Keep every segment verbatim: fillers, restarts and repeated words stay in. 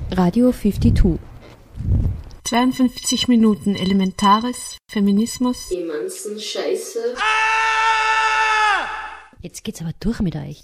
Radio zweiundfünfzig. zweiundfünfzig Minuten Elementares, Feminismus. Die ganzen Scheiße. Jetzt geht's aber durch mit euch.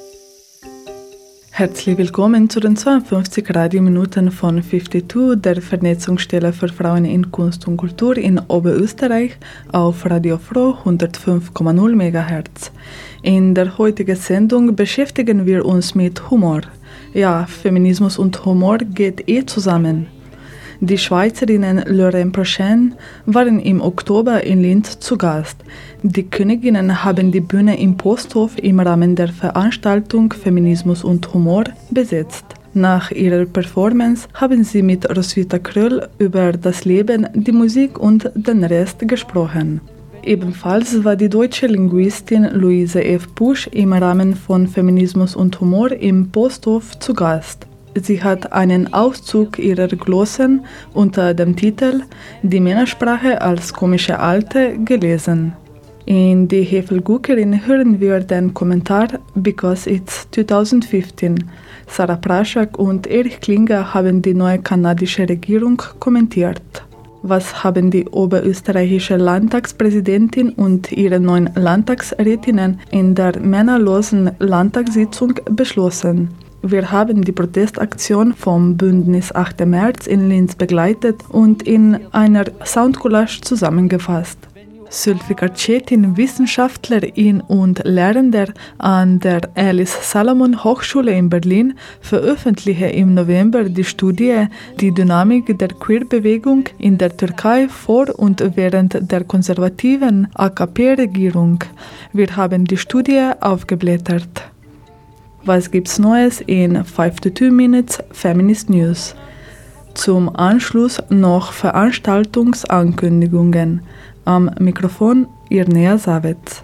Herzlich willkommen zu den zweiundfünfzig Radiominuten von zweiundfünfzig, der Vernetzungsstelle für Frauen in Kunst und Kultur in Oberösterreich auf Radio Froh hundertfünf Komma null Megahertz. In der heutigen Sendung beschäftigen wir uns mit Humor. Ja, Feminismus und Humor geht eh zusammen. Die Schweizerinnen Lorraine Prochain waren im Oktober in Linz zu Gast. Die Königinnen haben die Bühne im Posthof im Rahmen der Veranstaltung Feminismus und Humor besetzt. Nach ihrer Performance haben sie mit Roswitha Kröll über das Leben, die Musik und den Rest gesprochen. Ebenfalls war die deutsche Linguistin Luise F. Pusch im Rahmen von Feminismus und Humor im Posthof zu Gast. Sie hat einen Auszug ihrer Glossen unter dem Titel »Die Männersprache als komische Alte« gelesen. In Die Hefelguckerin hören wir den Kommentar »Because it's twenty fifteen«. Sarah Praschak und Erich Klinger haben die neue kanadische Regierung kommentiert. Was haben die oberösterreichische Landtagspräsidentin und ihre neun Landtagsrätinnen in der männerlosen Landtagssitzung beschlossen? Wir haben die Protestaktion vom Bündnis achter März in Linz begleitet und in einer Soundcollage zusammengefasst. Zulfikar Cetin, Wissenschaftlerin und Lehrender an der Alice Salomon Hochschule in Berlin, veröffentlichte im November die Studie »Die Dynamik der Queerbewegung in der Türkei vor und während der konservativen A K P-Regierung«. Wir haben die Studie aufgeblättert. Was gibt's Neues in fünfundfünfzig Minutes Feminist News? Zum Anschluss noch Veranstaltungsankündigungen. Am Mikrofon Irnea Savitz.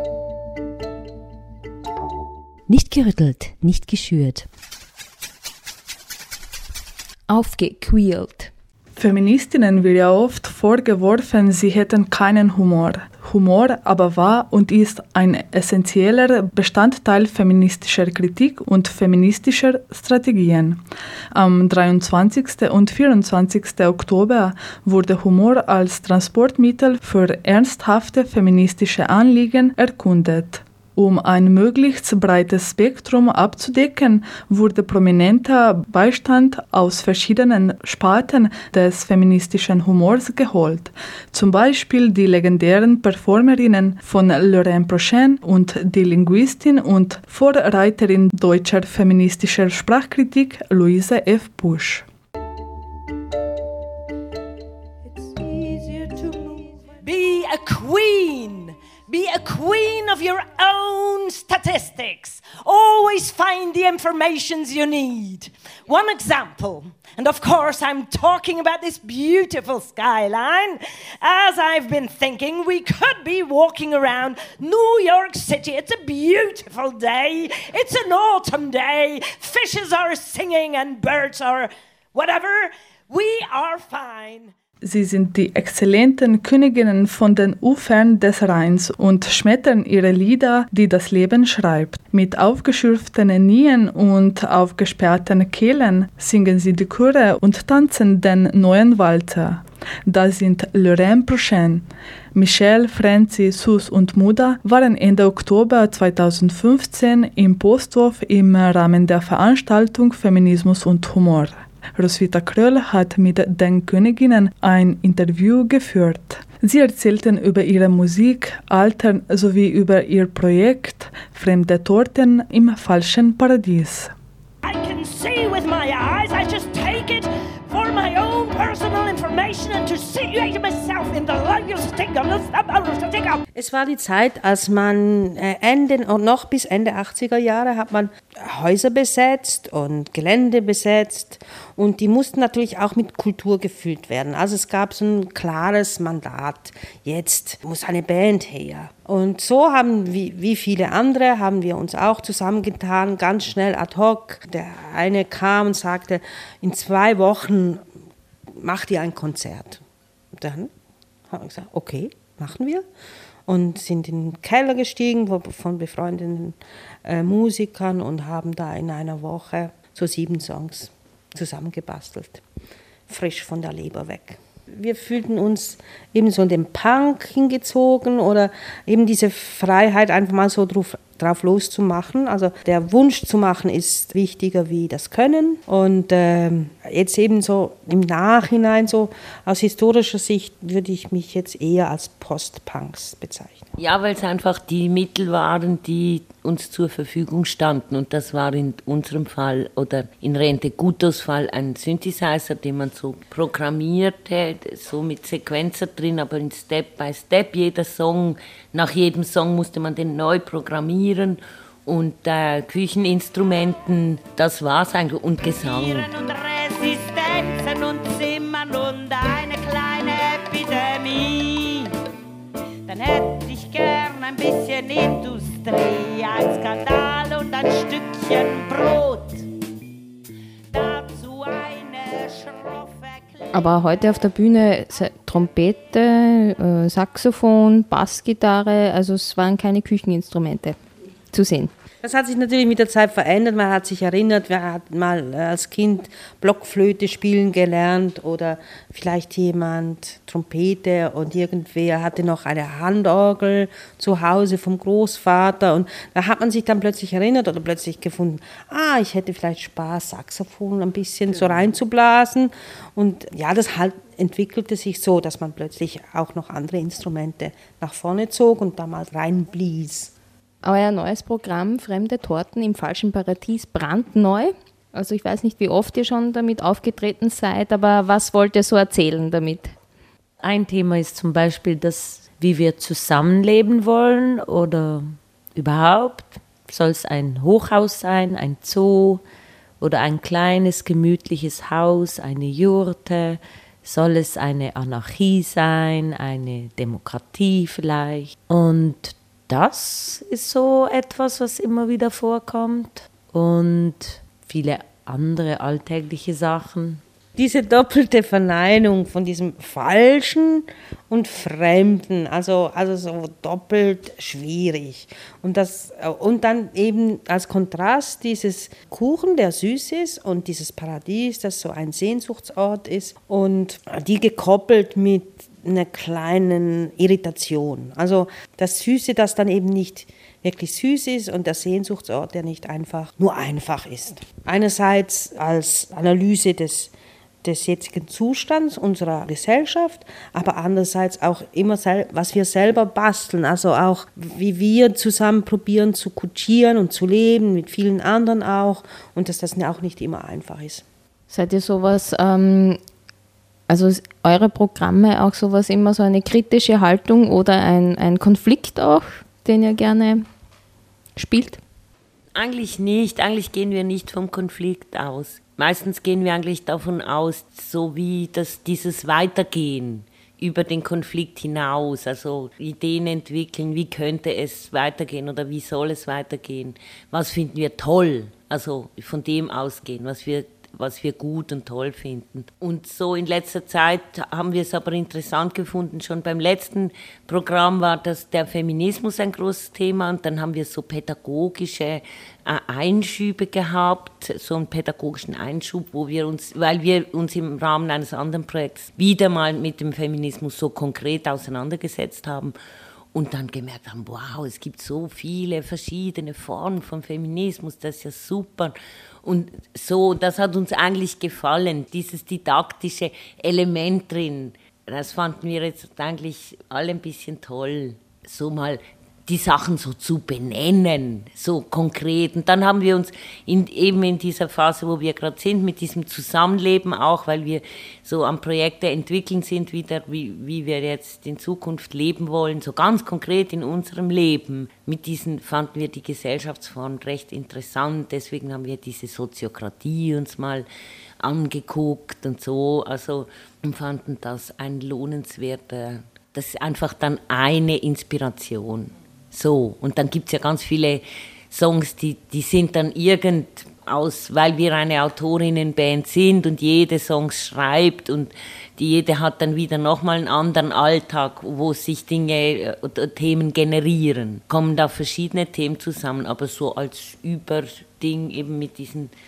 Nicht gerüttelt, nicht geschürt. Aufgequält. Feministinnen wird ja oft vorgeworfen, sie hätten keinen Humor. Humor aber war und ist ein essentieller Bestandteil feministischer Kritik und feministischer Strategien. Am dreiundzwanzigsten und vierundzwanzigsten Oktober wurde Humor als Transportmittel für ernsthafte feministische Anliegen erkundet. Um ein möglichst breites Spektrum abzudecken, wurde prominenter Beistand aus verschiedenen Sparten des feministischen Humors geholt. Zum Beispiel die legendären Performerinnen von Lorraine Prochain und die Linguistin und Vorreiterin deutscher feministischer Sprachkritik Luise F. Pusch. Be a queen! Be a queen of your own statistics. Always find the informations you need. One example, and of course I'm talking about this beautiful skyline. As I've been thinking, we could be walking around New York City. It's a beautiful day. It's an autumn day. Fishes are singing and birds are whatever. We are fine. Sie sind die exzellenten Königinnen von den Ufern des Rheins und schmettern ihre Lieder, die das Leben schreibt. Mit aufgeschürften Knien und aufgesperrten Kehlen singen sie die Chöre und tanzen den neuen Walzer. Da sind Lorraine Prochain. Michelle, Franzi, Sus und Muda waren Ende Oktober zweitausendfünfzehn im Posthof im Rahmen der Veranstaltung Feminismus und Humor. Roswitha Kröll hat mit den Königinnen ein Interview geführt. Sie erzählten über ihre Musik, Alter sowie über ihr Projekt Fremde Torten im falschen Paradies. I can see with my eyes, I just take it for my own personal information and to situate myself in the linguistic of the Es war die Zeit, als man Ende und noch bis Ende achtziger Jahre hat man Häuser besetzt und Gelände besetzt und die mussten natürlich auch mit Kultur gefüllt werden. Also es gab so ein klares Mandat. Jetzt muss eine Band her. Und so haben wie, wie viele andere haben wir uns auch zusammengetan, ganz schnell ad hoc. Der eine kam und sagte, in zwei Wochen macht ihr ein Konzert. Und dann haben wir gesagt, okay, machen wir. Und sind in den Keller gestiegen von befreundeten äh, Musikern und haben da in einer Woche so sieben Songs zusammengebastelt, frisch von der Leber weg. Wir fühlten uns eben so in den Punk hingezogen oder eben diese Freiheit einfach mal so drauf, drauf loszumachen. Also der Wunsch zu machen ist wichtiger wie das Können. Und ähm, jetzt eben so im Nachhinein, so aus historischer Sicht, würde ich mich jetzt eher als Post-Punks bezeichnen. Ja, weil es einfach die Mittel waren, die uns zur Verfügung standen. Und das war in unserem Fall oder in Rente Gutos Fall ein Synthesizer, den man so programmierte, so mit Sequenzer drin, aber in Step by Step. Jeder Song, nach jedem Song musste man den neu programmieren. Und äh, Kücheninstrumenten, das war's eigentlich. Und Gesang. Und Resistenzen und Zimmern und eine kleine Epidemie. Dann hätte ich gern ein bisschen Industrie, ein Skandal und ein Stückchen Brot. Dazu eine schroffe. Aber heute auf der Bühne Trompete, äh, Saxophon, Bassgitarre, also es waren keine Kücheninstrumente zu sehen. Das hat sich natürlich mit der Zeit verändert. Man hat sich erinnert, wer hat mal als Kind Blockflöte spielen gelernt oder vielleicht jemand Trompete und irgendwer hatte noch eine Handorgel zu Hause vom Großvater und da hat man sich dann plötzlich erinnert oder plötzlich gefunden, ah, ich hätte vielleicht Spaß, Saxophon ein bisschen so reinzublasen und ja, das halt entwickelte sich so, dass man plötzlich auch noch andere Instrumente nach vorne zog und da mal reinblies. Euer neues Programm Fremde Torten im falschen Paradies, brandneu. Also ich weiß nicht, wie oft ihr schon damit aufgetreten seid, aber was wollt ihr so erzählen damit? Ein Thema ist zum Beispiel das, wie wir zusammenleben wollen oder überhaupt. Soll es ein Hochhaus sein, ein Zoo oder ein kleines, gemütliches Haus, eine Jurte? Soll es eine Anarchie sein, eine Demokratie vielleicht? Und das ist so etwas, was immer wieder vorkommt und viele andere alltägliche Sachen. Diese doppelte Verneinung von diesem Falschen und Fremden, also, also so doppelt schwierig. Und, das, und dann eben als Kontrast dieses Kuchen, der süß ist und dieses Paradies, das so ein Sehnsuchtsort ist und die gekoppelt mit einer kleinen Irritation. Also das Süße, das dann eben nicht wirklich süß ist und der Sehnsuchtsort, der nicht einfach nur einfach ist. Einerseits als Analyse des, des jetzigen Zustands unserer Gesellschaft, aber andererseits auch immer, sel- was wir selber basteln, also auch wie wir zusammen probieren zu kutschieren und zu leben, mit vielen anderen auch und dass das auch nicht immer einfach ist. Seid ihr sowas... Ähm Also eure Programme auch sowas immer so eine kritische Haltung oder ein, ein Konflikt auch, den ihr gerne spielt? Eigentlich nicht. Eigentlich gehen wir nicht vom Konflikt aus. Meistens gehen wir eigentlich davon aus, so wie das, dieses Weitergehen über den Konflikt hinaus, also Ideen entwickeln, wie könnte es weitergehen oder wie soll es weitergehen, was finden wir toll, also von dem ausgehen, was wir was wir gut und toll finden. Und so in letzter Zeit haben wir es aber interessant gefunden, schon beim letzten Programm war das der Feminismus ein großes Thema und dann haben wir so pädagogische äh, Einschübe gehabt, so einen pädagogischen Einschub, wo wir uns, weil wir uns im Rahmen eines anderen Projekts wieder mal mit dem Feminismus so konkret auseinandergesetzt haben und dann gemerkt haben, wow, es gibt so viele verschiedene Formen von Feminismus, das ist ja super. Und so, das hat uns eigentlich gefallen, dieses didaktische Element drin. Das fanden wir jetzt eigentlich alle ein bisschen toll, so mal die Sachen so zu benennen, so konkret. Und dann haben wir uns in, eben in dieser Phase, wo wir gerade sind, mit diesem Zusammenleben auch, weil wir so am Projekte entwickeln sind, wieder, wie, wie wir jetzt in Zukunft leben wollen, so ganz konkret in unserem Leben. Mit diesen fanden wir die Gesellschaftsform recht interessant, deswegen haben wir diese Soziokratie uns mal angeguckt und so, also und fanden das ein lohnenswerter, das ist einfach dann eine Inspiration. So, und dann gibt es ja ganz viele Songs, die, die sind dann irgend aus, weil wir eine Autorinnenband sind und jede Songs schreibt und die jede hat dann wieder nochmal einen anderen Alltag, wo sich Dinge oder Themen generieren. Kommen da verschiedene Themen zusammen, aber so als Überding eben mit diesen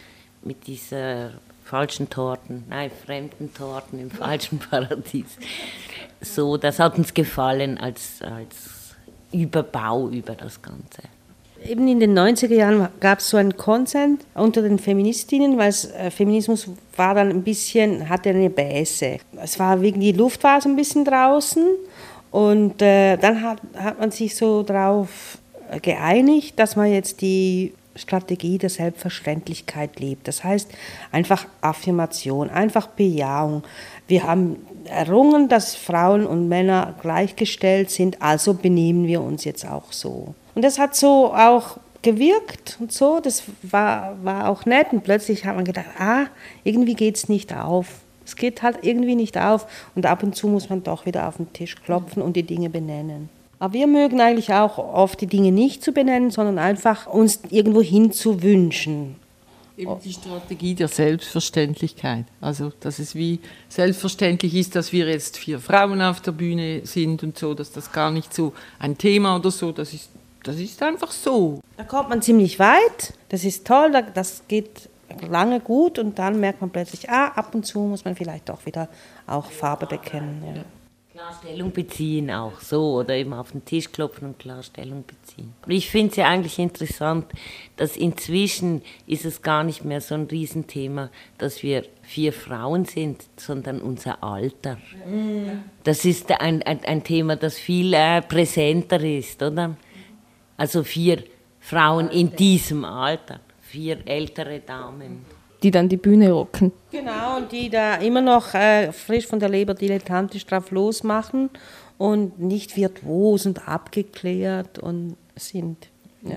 mit dieser falschen Torten, nein, fremden Torten im falschen Paradies. So, das hat uns gefallen als, als Überbau über das Ganze. Eben in den neunziger Jahren gab es so einen Konsens unter den Feministinnen, weil äh, Feminismus war dann ein bisschen, hatte eine Bäse. Es war wegen die Luft war so ein bisschen draußen und äh, dann hat, hat man sich so darauf geeinigt, dass man jetzt die Strategie der Selbstverständlichkeit lebt. Das heißt einfach Affirmation, einfach Bejahung. Wir haben errungen, dass Frauen und Männer gleichgestellt sind, also benehmen wir uns jetzt auch so. Und das hat so auch gewirkt und so, das war, war auch nett und plötzlich hat man gedacht, ah, irgendwie geht es nicht auf. Es geht halt irgendwie nicht auf und ab und zu muss man doch wieder auf den Tisch klopfen und die Dinge benennen. Aber wir mögen eigentlich auch oft die Dinge nicht zu benennen, sondern einfach uns irgendwo hin zu wünschen. Eben die Strategie der Selbstverständlichkeit. Also, dass es wie selbstverständlich ist, dass wir jetzt vier Frauen auf der Bühne sind und so, dass das gar nicht so ein Thema oder so, das ist, das ist einfach so. Da kommt man ziemlich weit, das ist toll, das geht lange gut und dann merkt man plötzlich, ah, ab und zu muss man vielleicht doch wieder auch Farbe bekennen. Ja. Klar Stellung beziehen auch so oder eben auf den Tisch klopfen und klar Stellung beziehen. Ich finde es ja eigentlich interessant, dass inzwischen ist es gar nicht mehr so ein Riesenthema, dass wir vier Frauen sind, sondern unser Alter. Das ist ein, ein, ein Thema, das viel äh, präsenter ist, oder? Also vier Frauen in diesem Alter, vier ältere Damen. Die dann die Bühne rocken. Genau, und die da immer noch äh, frisch von der Leber dilettantisch drauf losmachen und nicht virtuos und abgeklärt und sind. Ja.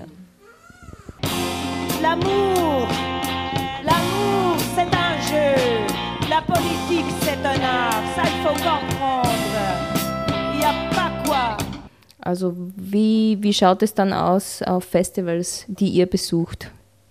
L'amour, l'amour c'est un jeu, la politique c'est un art, ça il faut comprendre, il y a pas quoi. Also wie, wie schaut es dann aus auf Festivals, die ihr besucht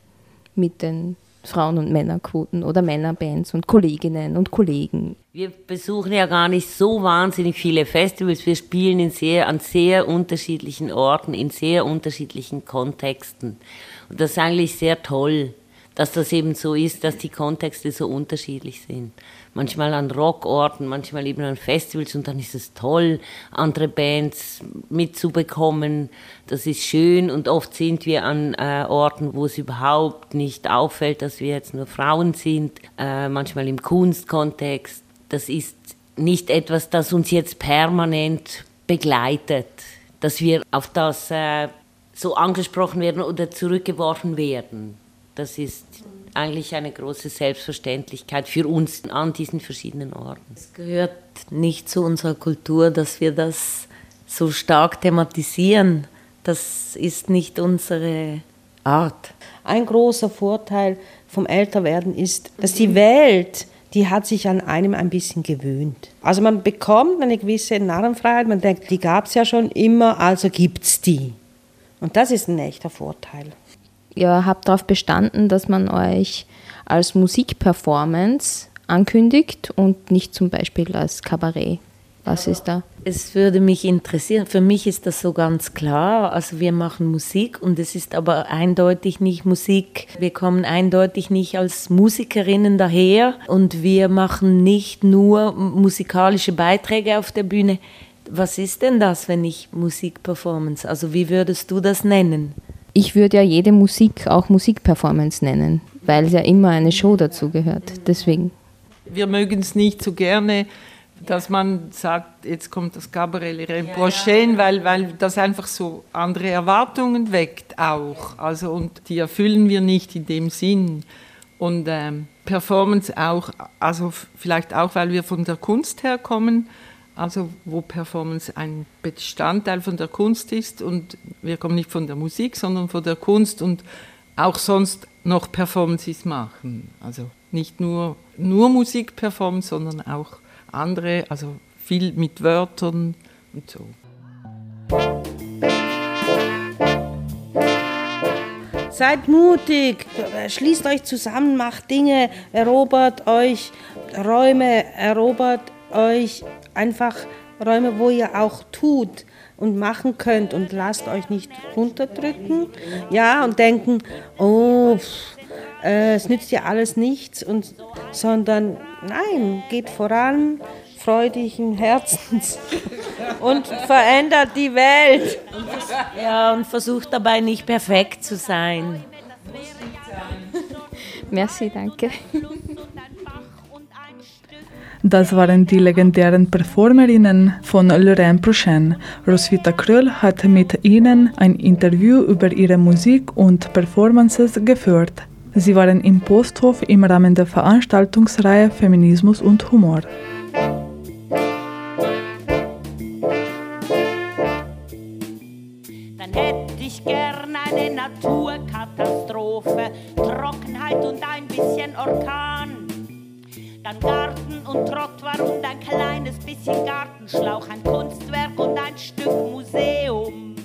mit den Frauen- und Männerquoten oder Männerbands und Kolleginnen und Kollegen? Wir besuchen ja gar nicht so wahnsinnig viele Festivals. Wir spielen in sehr, an sehr unterschiedlichen Orten, in sehr unterschiedlichen Kontexten. Und das ist eigentlich sehr toll, dass das eben so ist, dass die Kontexte so unterschiedlich sind. Manchmal an Rockorten, manchmal eben an Festivals und dann ist es toll, andere Bands mitzubekommen. Das ist schön und oft sind wir an äh, Orten, wo es überhaupt nicht auffällt, dass wir jetzt nur Frauen sind, äh, manchmal im Kunstkontext. Das ist nicht etwas, das uns jetzt permanent begleitet, dass wir auf das äh, so angesprochen werden oder zurückgeworfen werden. Das ist eigentlich eine große Selbstverständlichkeit für uns an diesen verschiedenen Orten. Es gehört nicht zu unserer Kultur, dass wir das so stark thematisieren. Das ist nicht unsere Art. Ein großer Vorteil vom Älterwerden ist, dass die Welt, die hat sich an einem ein bisschen gewöhnt. Also man bekommt eine gewisse Narrenfreiheit, man denkt, die gab es ja schon immer, also gibt es die. Und das ist ein echter Vorteil. Ihr habt darauf bestanden, dass man euch als Musikperformance ankündigt und nicht zum Beispiel als Kabarett. Was ist da? Es würde mich interessieren, für mich ist das so ganz klar, also wir machen Musik und es ist aber eindeutig nicht Musik, wir kommen eindeutig nicht als Musikerinnen daher und wir machen nicht nur musikalische Beiträge auf der Bühne. Was ist denn das, wenn ich Musikperformance, also wie würdest du das nennen? Ich würde ja jede Musik auch Musikperformance nennen, weil ja immer eine Show dazu gehört. Deswegen. Wir mögen es nicht so gerne, dass man sagt, jetzt kommt das Cabaret Les Reines Prochaines, weil, weil das einfach so andere Erwartungen weckt auch. Also, und die erfüllen wir nicht in dem Sinn. Und ähm, Performance auch, also vielleicht auch, weil wir von der Kunst herkommen, also wo Performance ein Bestandteil von der Kunst ist und wir kommen nicht von der Musik, sondern von der Kunst und auch sonst noch Performances machen. Also nicht nur, nur Musikperformance, sondern auch andere, also viel mit Wörtern und so. Seid mutig, schließt euch zusammen, macht Dinge, erobert euch Räume, erobert euch einfach Räume, wo ihr auch tut und machen könnt und lasst euch nicht runterdrücken, ja, und denken, oh, pff, äh, es nützt ja alles nichts, und, sondern nein, geht voran, freudigen Herzens und verändert die Welt. Ja, und versucht dabei nicht perfekt zu sein. Merci, danke. Das waren die legendären Performerinnen von Lorraine Prochain. Roswitha Kröll hat mit ihnen ein Interview über ihre Musik und Performances geführt. Sie waren im Posthof im Rahmen der Veranstaltungsreihe Feminismus und Humor. Dann hätte ich gern eine Naturkatastrophe, Trockenheit und ein bisschen Orkan. Dann Garten und Trottoir und ein kleines bisschen Gartenschlauch, ein Kunstwerk und ein Stück Museum.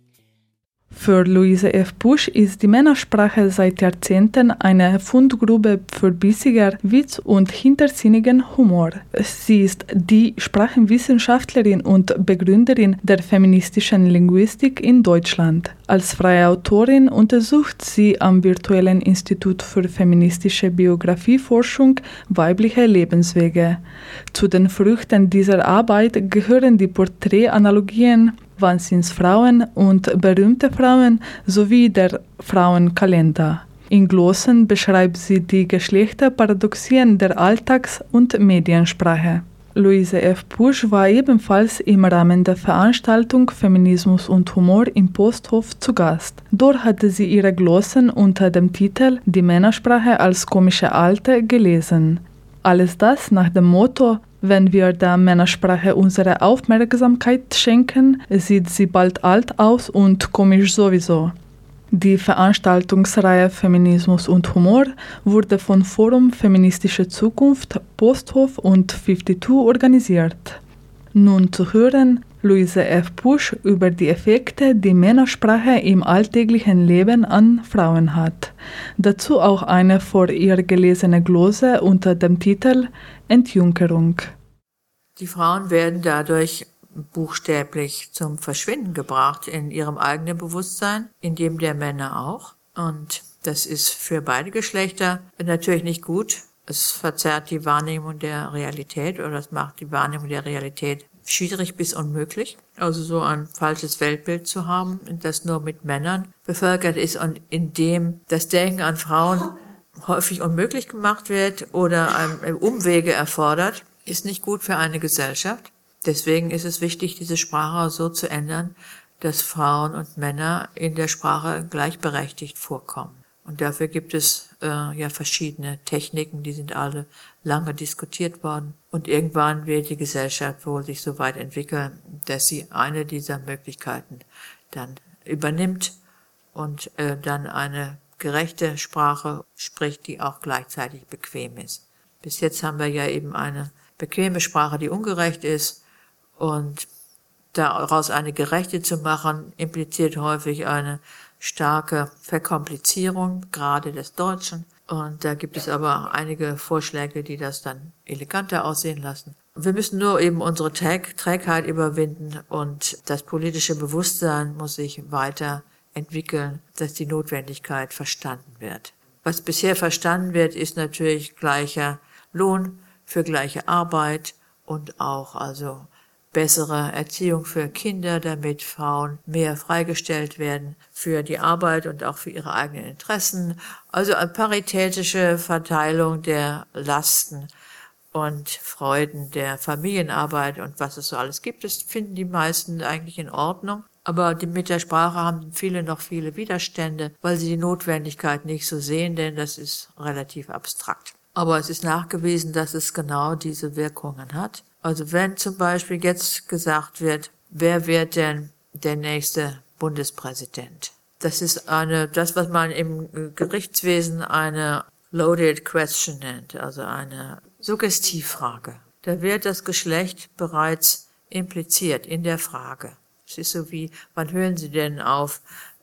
Für Luise F. Pusch ist die Männersprache seit Jahrzehnten eine Fundgrube für bissiger Witz und hintersinnigen Humor. Sie ist die Sprachenwissenschaftlerin und Begründerin der feministischen Linguistik in Deutschland. Als freie Autorin untersucht sie am Virtuellen Institut für feministische Biografieforschung weibliche Lebenswege. Zu den Früchten dieser Arbeit gehören die Porträtanalogien Wahnsinnsfrauen und berühmte Frauen sowie der Frauenkalender. In Glossen beschreibt sie die Geschlechterparadoxien der Alltags- und Mediensprache. Luise F. Pusch war ebenfalls im Rahmen der Veranstaltung Feminismus und Humor im Posthof zu Gast. Dort hatte sie ihre Glossen unter dem Titel Die Männersprache als komische Alte gelesen. Alles das nach dem Motto: Wenn wir der Männersprache unsere Aufmerksamkeit schenken, sieht sie bald alt aus und komisch sowieso. Die Veranstaltungsreihe Feminismus und Humor wurde von Forum Feministische Zukunft, Posthof und zweiundfünfzig organisiert. Nun zu hören Luise F. Pusch über die Effekte, die Männersprache im alltäglichen Leben an Frauen hat. Dazu auch eine vor ihr gelesene Glose unter dem Titel Entjunkerung. Die Frauen werden dadurch buchstäblich zum Verschwinden gebracht in ihrem eigenen Bewusstsein, in dem der Männer auch. Und das ist für beide Geschlechter natürlich nicht gut. Es verzerrt die Wahrnehmung der Realität oder es macht die Wahrnehmung der Realität schwierig bis unmöglich. Also so ein falsches Weltbild zu haben, das nur mit Männern bevölkert ist und in dem das Denken an Frauen häufig unmöglich gemacht wird oder Umwege erfordert, ist nicht gut für eine Gesellschaft. Deswegen ist es wichtig, diese Sprache so zu ändern, dass Frauen und Männer in der Sprache gleichberechtigt vorkommen. Und dafür gibt es äh, ja verschiedene Techniken, die sind alle lange diskutiert worden. Und irgendwann wird die Gesellschaft wohl sich so weit entwickeln, dass sie eine dieser Möglichkeiten dann übernimmt und äh, dann eine gerechte Sprache spricht, die auch gleichzeitig bequem ist. Bis jetzt haben wir ja eben eine bequeme Sprache, die ungerecht ist, und daraus eine gerechte zu machen, impliziert häufig eine starke Verkomplizierung, gerade des Deutschen. Und da gibt es aber einige Vorschläge, die das dann eleganter aussehen lassen. Wir müssen nur eben unsere Träg- Trägheit überwinden und das politische Bewusstsein muss sich weiter entwickeln, dass die Notwendigkeit verstanden wird. Was bisher verstanden wird, ist natürlich gleicher Lohn für gleiche Arbeit und auch also bessere Erziehung für Kinder, damit Frauen mehr freigestellt werden für die Arbeit und auch für ihre eigenen Interessen. Also eine paritätische Verteilung der Lasten und Freuden der Familienarbeit und was es so alles gibt, das finden die meisten eigentlich in Ordnung. Aber die, mit der Sprache haben viele noch viele Widerstände, weil sie die Notwendigkeit nicht so sehen, denn das ist relativ abstrakt. Aber es ist nachgewiesen, dass es genau diese Wirkungen hat. Also wenn zum Beispiel jetzt gesagt wird, wer wird denn der nächste Bundespräsident? Das ist eine, das, was man im Gerichtswesen eine loaded question nennt, also eine Suggestivfrage. Da wird das Geschlecht bereits impliziert in der Frage. Es ist so wie, wann hören Sie denn auf,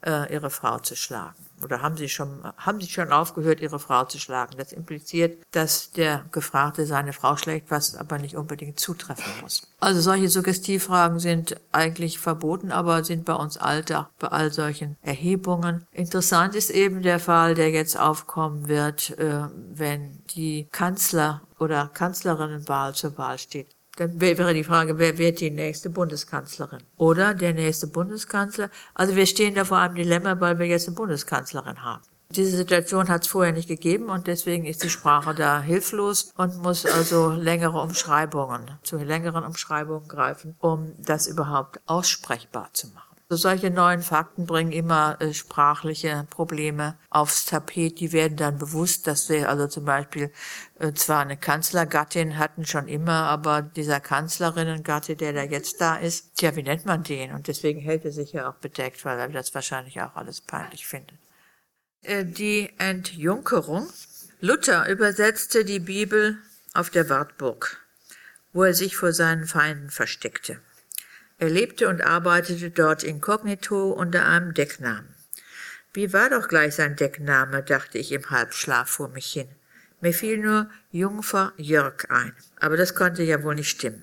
äh, ihre Frau zu schlagen. Oder haben sie schon, haben sie schon aufgehört, ihre Frau zu schlagen? Das impliziert, dass der Gefragte seine Frau schlägt, was aber nicht unbedingt zutreffen muss. Also solche Suggestivfragen sind eigentlich verboten, aber sind bei uns Alltag bei all solchen Erhebungen. Interessant ist eben der Fall, der jetzt aufkommen wird, äh, wenn die Kanzler- oder Kanzlerinnenwahl zur Wahl steht. Dann wäre die Frage, wer wird die nächste Bundeskanzlerin? Oder der nächste Bundeskanzler? Also wir stehen da vor einem Dilemma, weil wir jetzt eine Bundeskanzlerin haben. Diese Situation hat es vorher nicht gegeben und deswegen ist die Sprache da hilflos und muss also längere Umschreibungen, zu längeren Umschreibungen greifen, um das überhaupt aussprechbar zu machen. Also solche neuen Fakten bringen immer äh, sprachliche Probleme aufs Tapet. Die werden dann bewusst, dass wir also zum Beispiel äh, zwar eine Kanzlergattin hatten schon immer, aber dieser Kanzlerinnengatte, der da jetzt da ist, tja, wie nennt man den? Und deswegen hält er sich ja auch bedeckt, weil er das wahrscheinlich auch alles peinlich findet. Äh, die Entjunkerung. Luther übersetzte die Bibel auf der Wartburg, wo er sich vor seinen Feinden versteckte. Er lebte und arbeitete dort inkognito unter einem Decknamen. Wie war doch gleich sein Deckname, dachte ich im Halbschlaf vor mich hin. Mir fiel nur Jungfer Jörg ein, aber das konnte ja wohl nicht stimmen.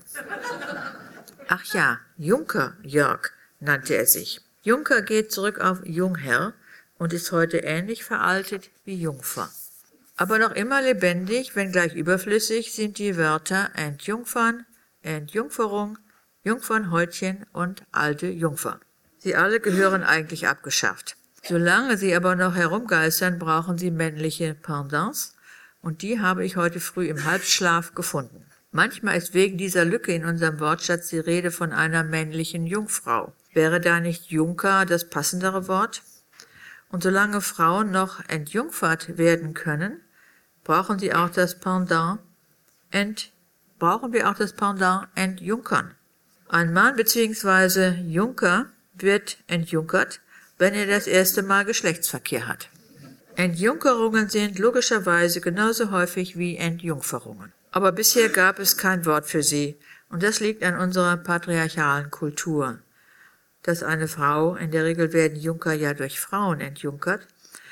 Ach ja, Junker Jörg nannte er sich. Junker geht zurück auf Jungherr und ist heute ähnlich veraltet wie Jungfer. Aber noch immer lebendig, wenngleich überflüssig, sind die Wörter Entjungfern, Entjungferung, Jungfernhäutchen und alte Jungfer. Sie alle gehören eigentlich abgeschafft. Solange sie aber noch herumgeistern, brauchen sie männliche Pendants und die habe ich heute früh im Halbschlaf gefunden. Manchmal ist wegen dieser Lücke in unserem Wortschatz die Rede von einer männlichen Jungfrau. Wäre da nicht Junker das passendere Wort? Und solange Frauen noch entjungfert werden können, brauchen sie auch das Pendant ent, brauchen wir auch das Pendant entjunkern. Ein Mann bzw. Junker wird entjunkert, wenn er das erste Mal Geschlechtsverkehr hat. Entjunkerungen sind logischerweise genauso häufig wie Entjungferungen. Aber bisher gab es kein Wort für sie, und das liegt an unserer patriarchalen Kultur. Dass eine Frau, in der Regel werden Junker ja durch Frauen entjunkert,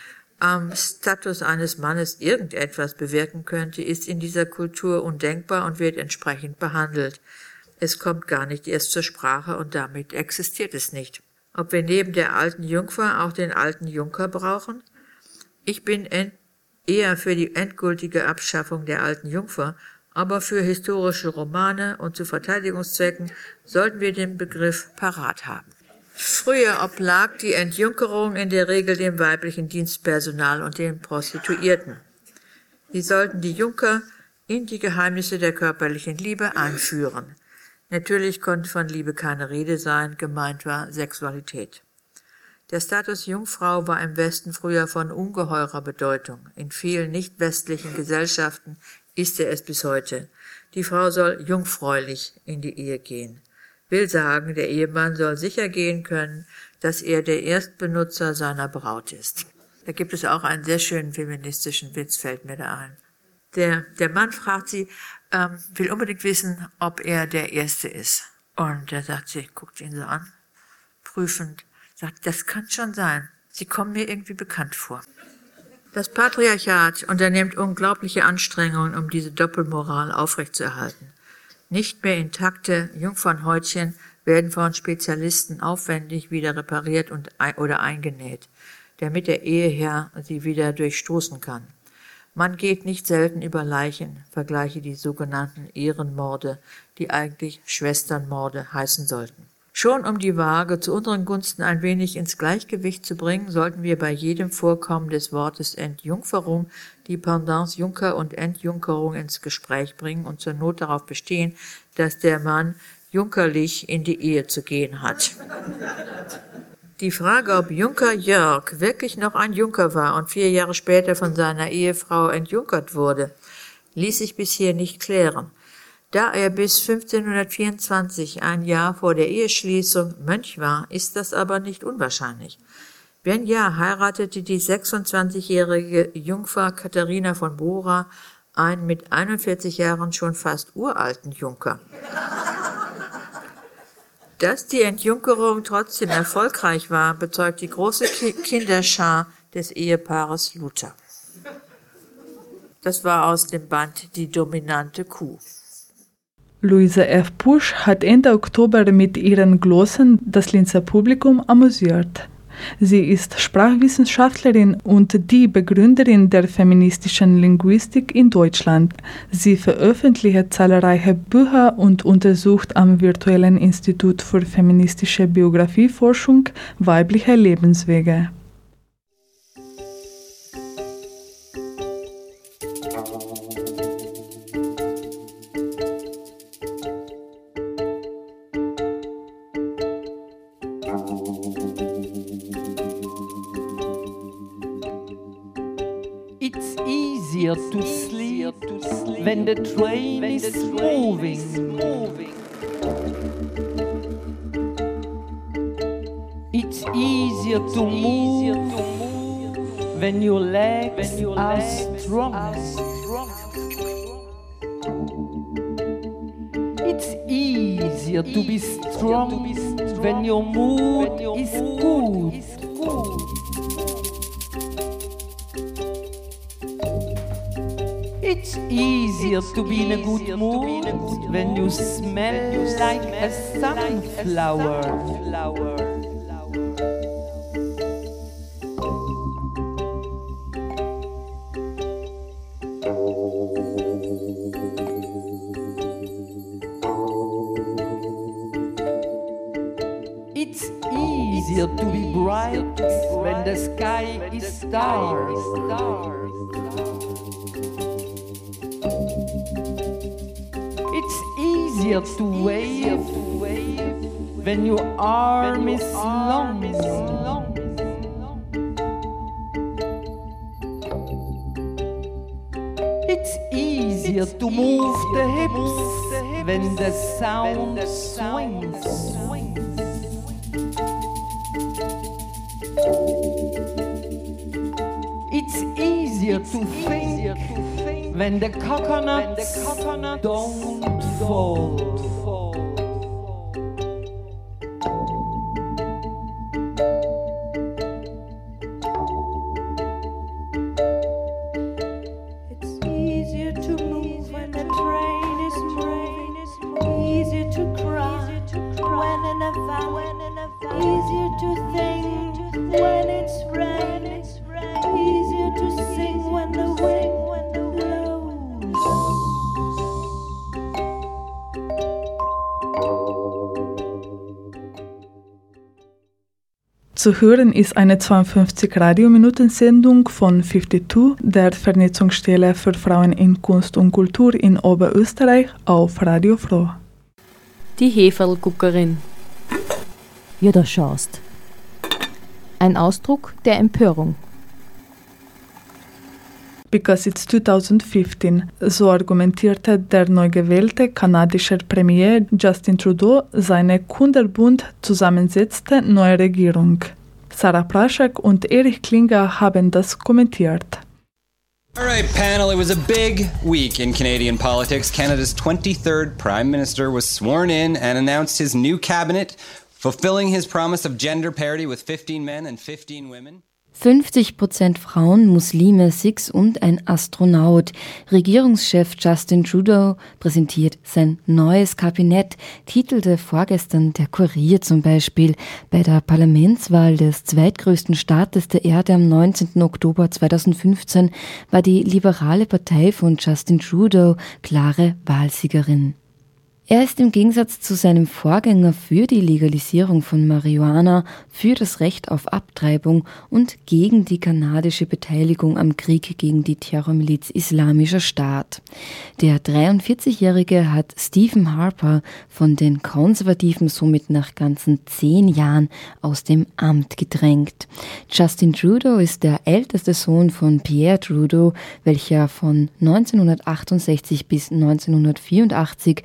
am Status eines Mannes irgendetwas bewirken könnte, ist in dieser Kultur undenkbar und wird entsprechend behandelt. Es kommt gar nicht erst zur Sprache und damit existiert es nicht. Ob wir neben der alten Jungfer auch den alten Junker brauchen? Ich bin eher für die endgültige Abschaffung der alten Jungfer, aber für historische Romane und zu Verteidigungszwecken sollten wir den Begriff parat haben. Früher oblag die Entjunkerung in der Regel dem weiblichen Dienstpersonal und den Prostituierten. Sie sollten die Junker in die Geheimnisse der körperlichen Liebe einführen. Natürlich konnte von Liebe keine Rede sein, gemeint war Sexualität. Der Status Jungfrau war im Westen früher von ungeheurer Bedeutung. In vielen nicht-westlichen Gesellschaften ist er es bis heute. Die Frau soll jungfräulich in die Ehe gehen. Will sagen, der Ehemann soll sicher gehen können, dass er der Erstbenutzer seiner Braut ist. Da gibt es auch einen sehr schönen feministischen Witz, fällt mir da ein. Der, der Mann fragt sie, ähm, will unbedingt wissen, ob er der Erste ist. Und da sagt sie, guckt ihn so an, prüfend, sagt, das kann schon sein. Sie kommen mir irgendwie bekannt vor. Das Patriarchat unternimmt unglaubliche Anstrengungen, um diese Doppelmoral aufrechtzuerhalten. Nicht mehr intakte Jungfernhäutchen werden von Spezialisten aufwendig wieder repariert und oder eingenäht, damit der Eheherr sie wieder durchstoßen kann. Man geht nicht selten über Leichen, vergleiche die sogenannten Ehrenmorde, die eigentlich Schwesternmorde heißen sollten. Schon um die Waage zu unseren Gunsten ein wenig ins Gleichgewicht zu bringen, sollten wir bei jedem Vorkommen des Wortes Entjungferung die Pendants Junker und Entjunkerung ins Gespräch bringen und zur Not darauf bestehen, dass der Mann junkerlich in die Ehe zu gehen hat. Die Frage, ob Junker Jörg wirklich noch ein Junker war und vier Jahre später von seiner Ehefrau entjunkert wurde, ließ sich bisher nicht klären. Da er bis fünfzehnhundertvierundzwanzig, ein Jahr vor der Eheschließung, Mönch war, ist das aber nicht unwahrscheinlich. Wenn ja, heiratete die sechsundzwanzigjährige Jungfer Katharina von Bora einen mit einundvierzig Jahren schon fast uralten Junker. Dass die Entjunkerung trotzdem erfolgreich war, bezeugt die große Ki- Kinderschar des Ehepaares Luther. Das war aus dem Band Die dominante Kuh. Luisa F. Pusch hat Ende Oktober mit ihren Glossen das Linzer Publikum amüsiert. Sie ist Sprachwissenschaftlerin und die Begründerin der feministischen Linguistik in Deutschland. Sie veröffentlicht zahlreiche Bücher und untersucht am Virtuellen Institut für feministische Biografieforschung weibliche Lebenswege. It's easier to sleep when the train is moving. It's easier to move when your legs are strong. It's easier to be strong when your mood is good. It's easier to be in a good mood when you smell like a sunflower. It's easier to be bright when the sky is dark. It's easier to wave when your arm is long. It's easier to move the hips when the sound swings. It's easier to think when the coconuts don't fall. It's easier to move when the train is moving. Easier to cry when in a valley. Easier to think when it's rain. Easier to sing when the wind blows. Zu hören ist eine zweiundfünfzig Radiominuten-Sendung von zweiundfünfzig, der Vernetzungsstelle für Frauen in Kunst und Kultur in Oberösterreich auf Radio Froh. Die Heferlguckerin. Ja, da schaust. Ein Ausdruck der Empörung. Because it's twenty fifteen, so argumentierte der neu gewählte kanadische Premier Justin Trudeau seine kunderbunt zusammensetzte neue Regierung. Sarah Praschak und Erich Klinger haben das kommentiert. All right, panel, it was a big week in Canadian politics. Canada's twenty-third Prime Minister was sworn in and announced his new cabinet, fulfilling his promise of gender parity with fifteen men and fifteen women. fünfzig Prozent Frauen, Muslime, Sikhs und ein Astronaut. Regierungschef Justin Trudeau präsentiert sein neues Kabinett, titelte vorgestern der Kurier zum Beispiel. Bei der Parlamentswahl des zweitgrößten Staates der Erde am neunzehnten Oktober zweitausendfünfzehn war die liberale Partei von Justin Trudeau klare Wahlsiegerin. Er ist im Gegensatz zu seinem Vorgänger für die Legalisierung von Marihuana, für das Recht auf Abtreibung und gegen die kanadische Beteiligung am Krieg gegen die Terrormiliz Islamischer Staat. Der dreiundvierzigjährige hat Stephen Harper von den Konservativen somit nach ganzen zehn Jahren aus dem Amt gedrängt. Justin Trudeau ist der älteste Sohn von Pierre Trudeau, welcher von neunzehnhundertachtundsechzig bis neunzehnhundertvierundachtzig mit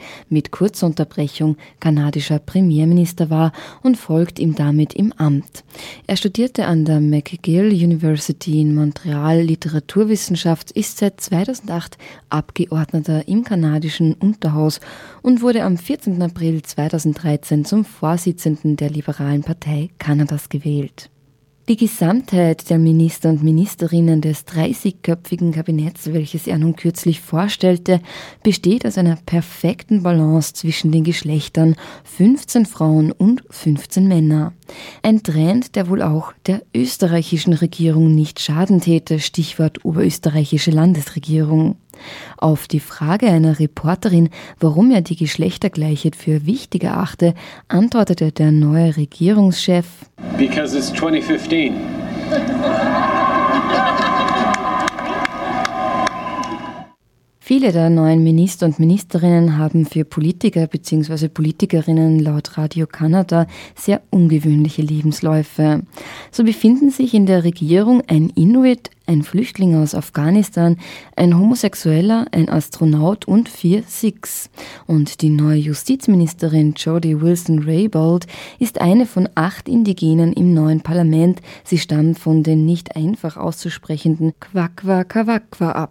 mit kurzer Unterbrechung kanadischer Premierminister war und folgt ihm damit im Amt. Er studierte an der McGill University in Montreal Literaturwissenschaft, ist seit zweitausendacht Abgeordneter im kanadischen Unterhaus und wurde am vierzehnten April zweitausenddreizehn zum Vorsitzenden der Liberalen Partei Kanadas gewählt. Die Gesamtheit der Minister und Ministerinnen des dreißigköpfigen Kabinetts, welches er nun kürzlich vorstellte, besteht aus einer perfekten Balance zwischen den Geschlechtern, fünfzehn Frauen und fünfzehn Männer. Ein Trend, der wohl auch der österreichischen Regierung nicht schaden täte, Stichwort oberösterreichische Landesregierung. Auf die Frage einer Reporterin, warum er die Geschlechtergleichheit für wichtig erachte, antwortete der neue Regierungschef: Because it's twenty fifteen. Viele der neuen Minister und Ministerinnen haben für Politiker bzw. Politikerinnen laut Radio Kanada sehr ungewöhnliche Lebensläufe. So befinden sich in der Regierung ein Inuit, ein Flüchtling aus Afghanistan, ein Homosexueller, ein Astronaut und vier Sikhs. Und die neue Justizministerin Jody Wilson-Raybould ist eine von acht Indigenen im neuen Parlament. Sie stammt von den nicht einfach auszusprechenden Kwakwa-Kawakwa ab.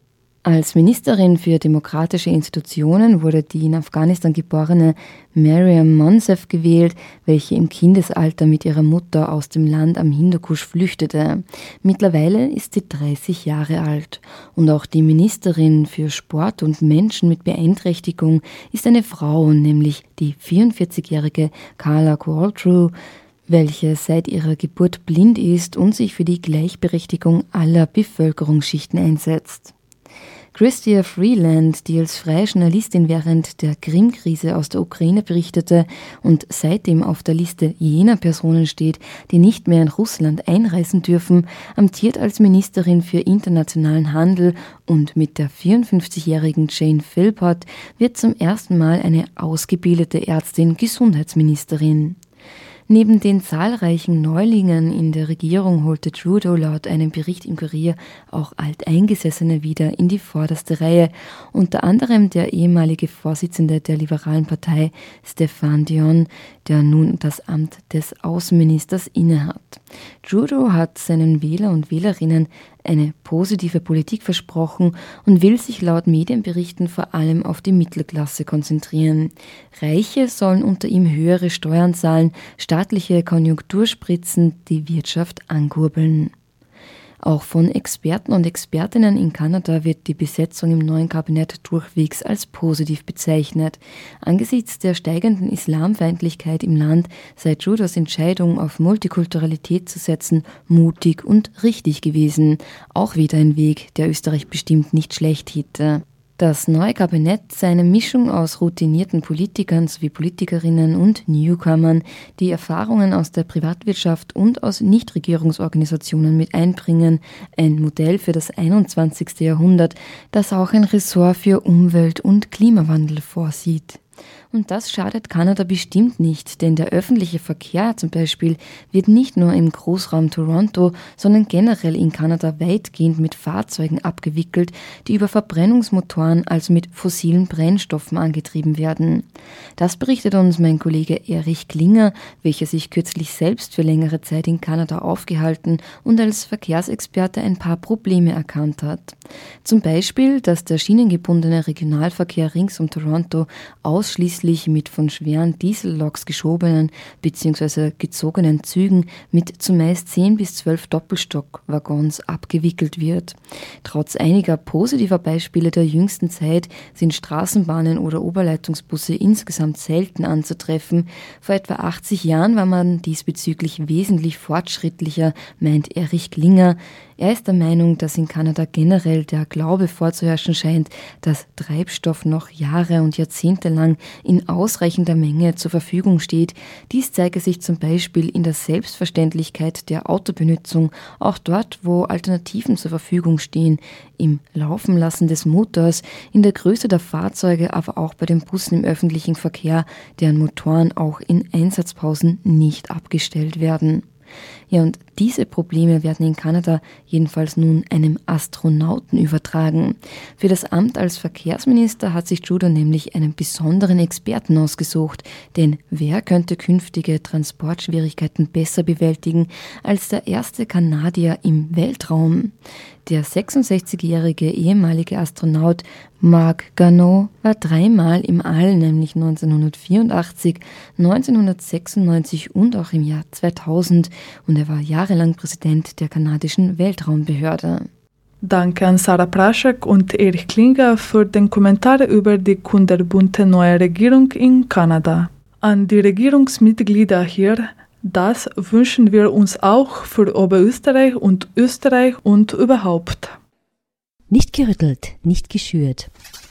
Als Ministerin für demokratische Institutionen wurde die in Afghanistan geborene Mariam Monsef gewählt, welche im Kindesalter mit ihrer Mutter aus dem Land am Hindukusch flüchtete. Mittlerweile ist sie dreißig Jahre alt. Und auch die Ministerin für Sport und Menschen mit Beeinträchtigung ist eine Frau, nämlich die vierundvierzigjährige Carla Qualtrough, welche seit ihrer Geburt blind ist und sich für die Gleichberechtigung aller Bevölkerungsschichten einsetzt. Chrystia Freeland, die als freie Journalistin während der Krim-Krise aus der Ukraine berichtete und seitdem auf der Liste jener Personen steht, die nicht mehr in Russland einreisen dürfen, amtiert als Ministerin für internationalen Handel, und mit der vierundfünfzigjährigen Jane Philpott wird zum ersten Mal eine ausgebildete Ärztin Gesundheitsministerin. Neben den zahlreichen Neulingen in der Regierung holte Trudeau laut einem Bericht im Kurier auch Alteingesessene wieder in die vorderste Reihe, unter anderem der ehemalige Vorsitzende der Liberalen Partei Stéphane Dion, der nun das Amt des Außenministers innehat. Trudeau hat seinen Wähler und Wählerinnen eine positive Politik versprochen und will sich laut Medienberichten vor allem auf die Mittelklasse konzentrieren. Reiche sollen unter ihm höhere Steuern zahlen, staatliche Konjunkturspritzen die Wirtschaft ankurbeln. Auch von Experten und Expertinnen in Kanada wird die Besetzung im neuen Kabinett durchwegs als positiv bezeichnet. Angesichts der steigenden Islamfeindlichkeit im Land sei Trudeaus Entscheidung, auf Multikulturalität zu setzen, mutig und richtig gewesen. Auch wieder ein Weg, der Österreich bestimmt nicht schlecht hielt. Das neue Kabinett sei eine Mischung aus routinierten Politikern sowie Politikerinnen und Newcomern, die Erfahrungen aus der Privatwirtschaft und aus Nichtregierungsorganisationen mit einbringen. Ein Modell für das einundzwanzigste Jahrhundert, das auch ein Ressort für Umwelt- und Klimawandel vorsieht. Und das schadet Kanada bestimmt nicht, denn der öffentliche Verkehr zum Beispiel wird nicht nur im Großraum Toronto, sondern generell in Kanada weitgehend mit Fahrzeugen abgewickelt, die über Verbrennungsmotoren, also mit fossilen Brennstoffen angetrieben werden. Das berichtet uns mein Kollege Erich Klinger, welcher sich kürzlich selbst für längere Zeit in Kanada aufgehalten und als Verkehrsexperte ein paar Probleme erkannt hat. Zum Beispiel, dass der schienengebundene Regionalverkehr rings um Toronto ausschließlich mit von schweren Dieselloks geschobenen bzw. gezogenen Zügen mit zumeist zehn bis zwölf Doppelstockwaggons abgewickelt wird. Trotz einiger positiver Beispiele der jüngsten Zeit sind Straßenbahnen oder Oberleitungsbusse insgesamt selten anzutreffen. Vor etwa achtzig Jahren war man diesbezüglich wesentlich fortschrittlicher, meint Erich Klinger. Er ist der Meinung, dass in Kanada generell der Glaube vorzuherrschen scheint, dass Treibstoff noch Jahre und Jahrzehnte lang in ausreichender Menge zur Verfügung steht. Dies zeige sich zum Beispiel in der Selbstverständlichkeit der Autobenutzung, auch dort, wo Alternativen zur Verfügung stehen, im Laufenlassen des Motors, in der Größe der Fahrzeuge, aber auch bei den Bussen im öffentlichen Verkehr, deren Motoren auch in Einsatzpausen nicht abgestellt werden. Ja, und Diese Probleme werden in Kanada jedenfalls nun einem Astronauten übertragen. Für das Amt als Verkehrsminister hat sich Trudeau nämlich einen besonderen Experten ausgesucht. Denn wer könnte künftige Transportschwierigkeiten besser bewältigen als der erste Kanadier im Weltraum? Der sechsundsechzigjährige ehemalige Astronaut Marc Garneau war dreimal im All, nämlich neunzehnhundertvierundachtzig, neunzehnhundertsechsundneunzig und auch im Jahr zweitausend. Und er war jahrelang Präsident der kanadischen Weltraumbehörde. Danke an Sarah Praschak und Erich Klinger für den Kommentar über die kunterbunte neue Regierung in Kanada. An die Regierungsmitglieder hier: Das wünschen wir uns auch für Oberösterreich und Österreich und überhaupt. Nicht gerüttelt, nicht geschürt.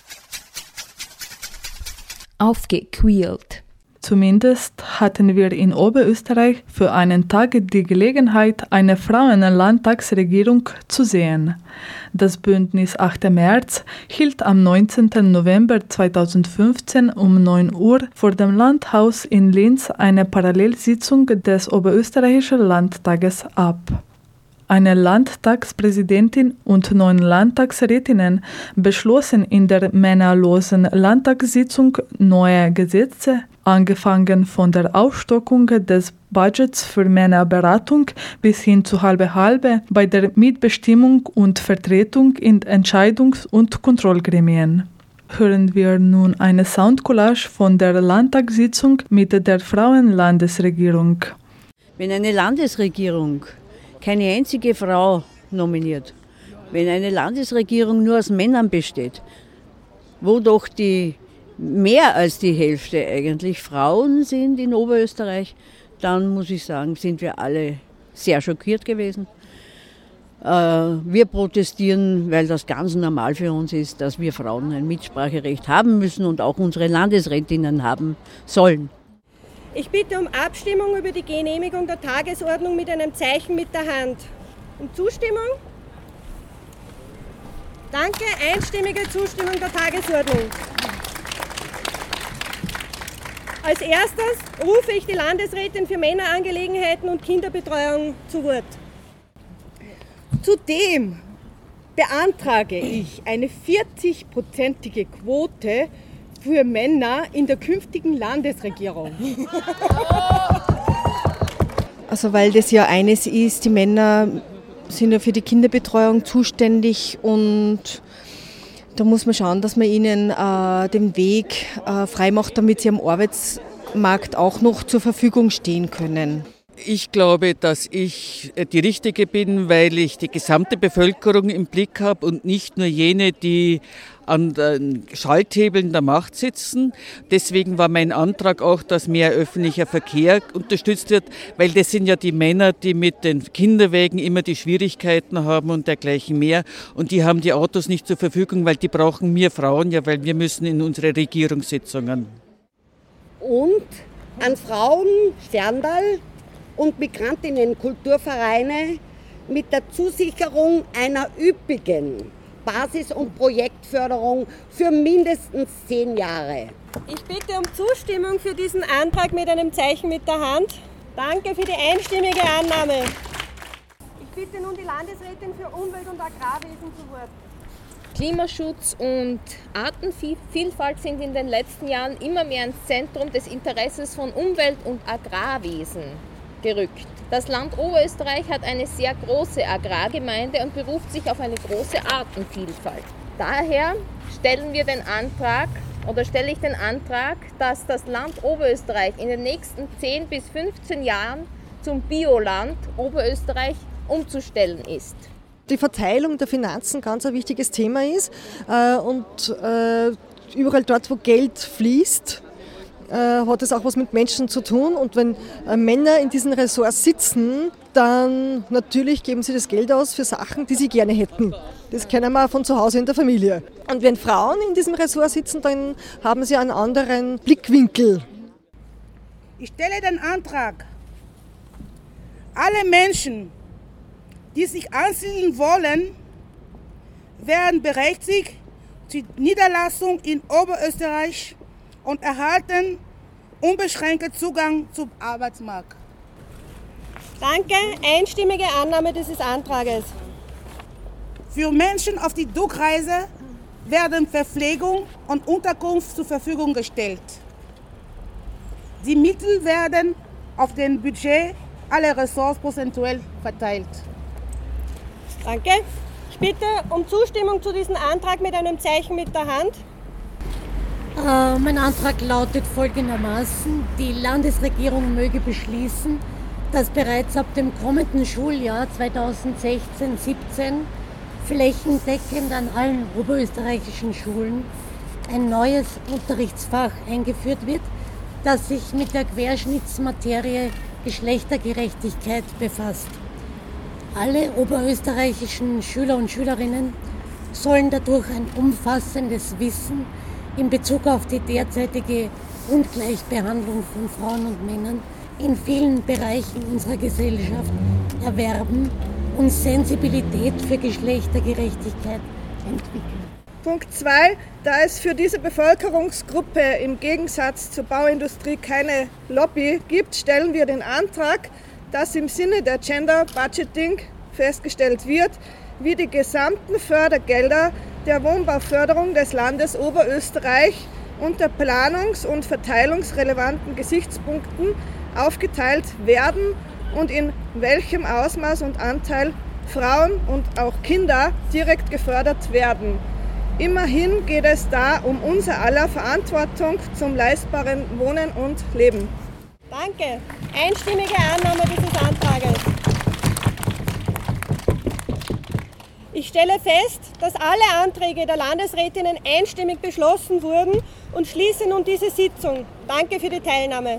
Aufgequält. Zumindest hatten wir in Oberösterreich für einen Tag die Gelegenheit, eine Frauenlandtagsregierung zu sehen. Das Bündnis achter März hielt am neunzehnten November zweitausendfünfzehn um neun Uhr vor dem Landhaus in Linz eine Parallelsitzung des Oberösterreichischen Landtages ab. Eine Landtagspräsidentin und neun Landtagsrätinnen beschlossen in der männerlosen Landtagssitzung neue Gesetze, angefangen von der Aufstockung des Budgets für Männerberatung bis hin zu halbe-halbe bei der Mitbestimmung und Vertretung in Entscheidungs- und Kontrollgremien. Hören wir nun eine Soundcollage von der Landtagssitzung mit der Frauenlandesregierung. Wenn eine Landesregierung keine einzige Frau nominiert, wenn eine Landesregierung nur aus Männern besteht, wo doch die mehr als die Hälfte eigentlich Frauen sind in Oberösterreich, dann muss ich sagen, sind wir alle sehr schockiert gewesen. Wir protestieren, weil das ganz normal für uns ist, dass wir Frauen ein Mitspracherecht haben müssen und auch unsere Landesrätinnen haben sollen. Ich bitte um Abstimmung über die Genehmigung der Tagesordnung mit einem Zeichen mit der Hand. Um Zustimmung? Danke, einstimmige Zustimmung der Tagesordnung. Als erstes rufe ich die Landesrätin für Männerangelegenheiten und Kinderbetreuung zu Wort. Zudem beantrage ich eine vierzigprozentige Quote für Männer in der künftigen Landesregierung. Also weil das ja eines ist, die Männer sind ja für die Kinderbetreuung zuständig und da muss man schauen, dass man ihnen äh, den Weg äh, frei macht, damit sie am Arbeitsmarkt auch noch zur Verfügung stehen können. Ich glaube, dass ich die Richtige bin, weil ich die gesamte Bevölkerung im Blick habe und nicht nur jene, die an den Schalthebeln der Macht sitzen. Deswegen war mein Antrag auch, dass mehr öffentlicher Verkehr unterstützt wird, weil das sind ja die Männer, die mit den Kinderwägen immer die Schwierigkeiten haben und dergleichen mehr. Und die haben die Autos nicht zur Verfügung, weil die brauchen wir Frauen ja, weil wir müssen in unsere Regierungssitzungen. Und an Frauen, Sterndal und Migrantinnen Kulturvereine mit der Zusicherung einer üppigen Basis- und Projektförderung für mindestens zehn Jahre. Ich bitte um Zustimmung für diesen Antrag mit einem Zeichen mit der Hand. Danke für die einstimmige Annahme. Ich bitte nun die Landesrätin für Umwelt und Agrarwesen zu Wort. Klimaschutz und Artenvielfalt sind in den letzten Jahren immer mehr ins Zentrum des Interesses von Umwelt- und Agrarwesen gerückt. Das Land Oberösterreich hat eine sehr große Agrargemeinde und beruft sich auf eine große Artenvielfalt. Daher stellen wir den Antrag oder stelle ich den Antrag, dass das Land Oberösterreich in den nächsten zehn bis fünfzehn Jahren zum Bioland Oberösterreich umzustellen ist. Die Verteilung der Finanzen ganz ein wichtiges Thema ist äh, und äh, überall dort, wo Geld fließt, äh, hat es auch was mit Menschen zu tun. Und wenn äh, Männer in diesen Ressorts sitzen, dann natürlich geben sie das Geld aus für Sachen, die sie gerne hätten. Das kennen wir von zu Hause in der Familie. Und wenn Frauen in diesem Ressort sitzen, dann haben sie einen anderen Blickwinkel. Ich stelle den Antrag, alle Menschen, die sich ansiedeln wollen, werden berechtigt zur Niederlassung in Oberösterreich und erhalten unbeschränkten Zugang zum Arbeitsmarkt. Danke. Einstimmige Annahme dieses Antrages. Für Menschen auf die Durchreise werden Verpflegung und Unterkunft zur Verfügung gestellt. Die Mittel werden auf dem Budget aller Ressorts prozentuell verteilt. Danke. Ich bitte um Zustimmung zu diesem Antrag mit einem Zeichen mit der Hand. Äh, mein Antrag lautet folgendermaßen: Die Landesregierung möge beschließen, dass bereits ab dem kommenden Schuljahr zweitausendsechzehn siebzehn flächendeckend an allen oberösterreichischen Schulen ein neues Unterrichtsfach eingeführt wird, das sich mit der Querschnittsmaterie Geschlechtergerechtigkeit befasst. Alle oberösterreichischen Schüler und Schülerinnen sollen dadurch ein umfassendes Wissen in Bezug auf die derzeitige Ungleichbehandlung von Frauen und Männern in vielen Bereichen unserer Gesellschaft erwerben und Sensibilität für Geschlechtergerechtigkeit entwickeln. Punkt zwei. Da es für diese Bevölkerungsgruppe im Gegensatz zur Bauindustrie keine Lobby gibt, stellen wir den Antrag, dass im Sinne der Gender Budgeting festgestellt wird, wie die gesamten Fördergelder der Wohnbauförderung des Landes Oberösterreich unter planungs- und verteilungsrelevanten Gesichtspunkten aufgeteilt werden und in welchem Ausmaß und Anteil Frauen und auch Kinder direkt gefördert werden. Immerhin geht es da um unser aller Verantwortung zum leistbaren Wohnen und Leben. Danke. Einstimmige Annahme dieses Antrages. Ich stelle fest, dass alle Anträge der Landesrätinnen einstimmig beschlossen wurden und schließe nun diese Sitzung. Danke für die Teilnahme.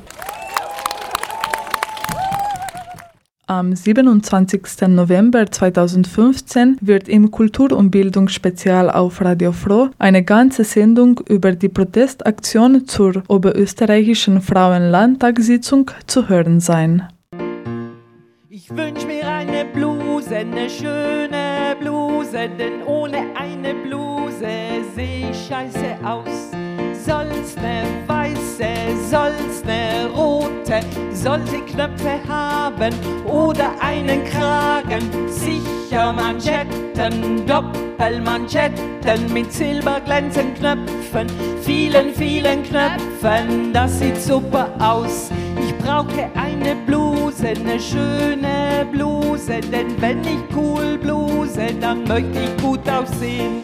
Am siebenundzwanzigsten November zweitausendfünfzehn wird im Kultur- und Bildungsspezial auf Radio Froh eine ganze Sendung über die Protestaktion zur oberösterreichischen Frauenlandtagssitzung zu hören sein. Ich wünsch mir eine Bluse, eine schöne Bluse, denn ohne eine Bluse seh ich scheiße aus. Soll's ne weiße, soll's ne rote, soll sie Knöpfe haben oder einen Kragen. Sicher Manschetten, Doppelmanschetten mit silberglänzenden Knöpfen, vielen, vielen Knöpfen, das sieht super aus. Ich brauche eine Bluse, eine schöne Bluse, denn wenn ich cool bluse, dann möchte ich gut aussehen.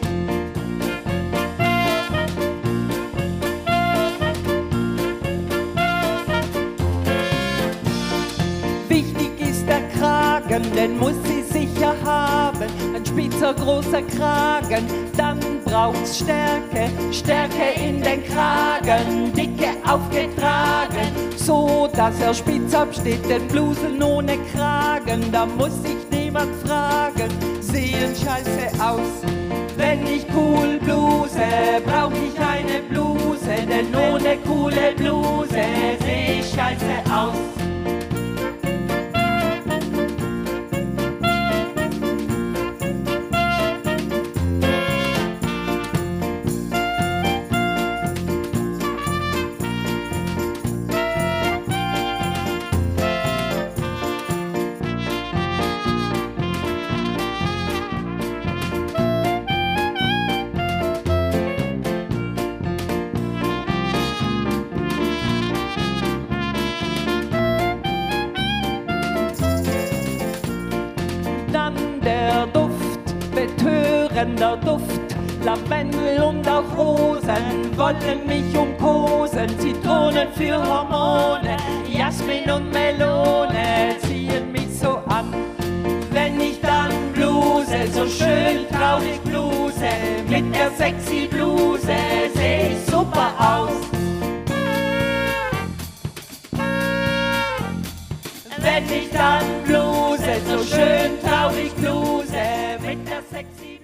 Den muss sie sicher haben, ein spitzer großer Kragen, dann braucht's Stärke, Stärke in den Kragen, dicke aufgetragen, so dass er spitz absteht, denn Blusen ohne Kragen, da muss sich niemand fragen, sehen scheiße aus. Wenn ich cool bluse, brauch ich eine Bluse, denn ohne coole Bluse seh ich scheiße aus. Der Duft, Lavendel und auch Rosen wollen mich umkosen, Zitronen für Hormone, Jasmin und Melone ziehen mich so an. Wenn ich dann bluse, so schön traurig bluse, mit der sexy Bluse seh ich super aus. Wenn ich dann bluse, so schön traurig bluse, mit der sexy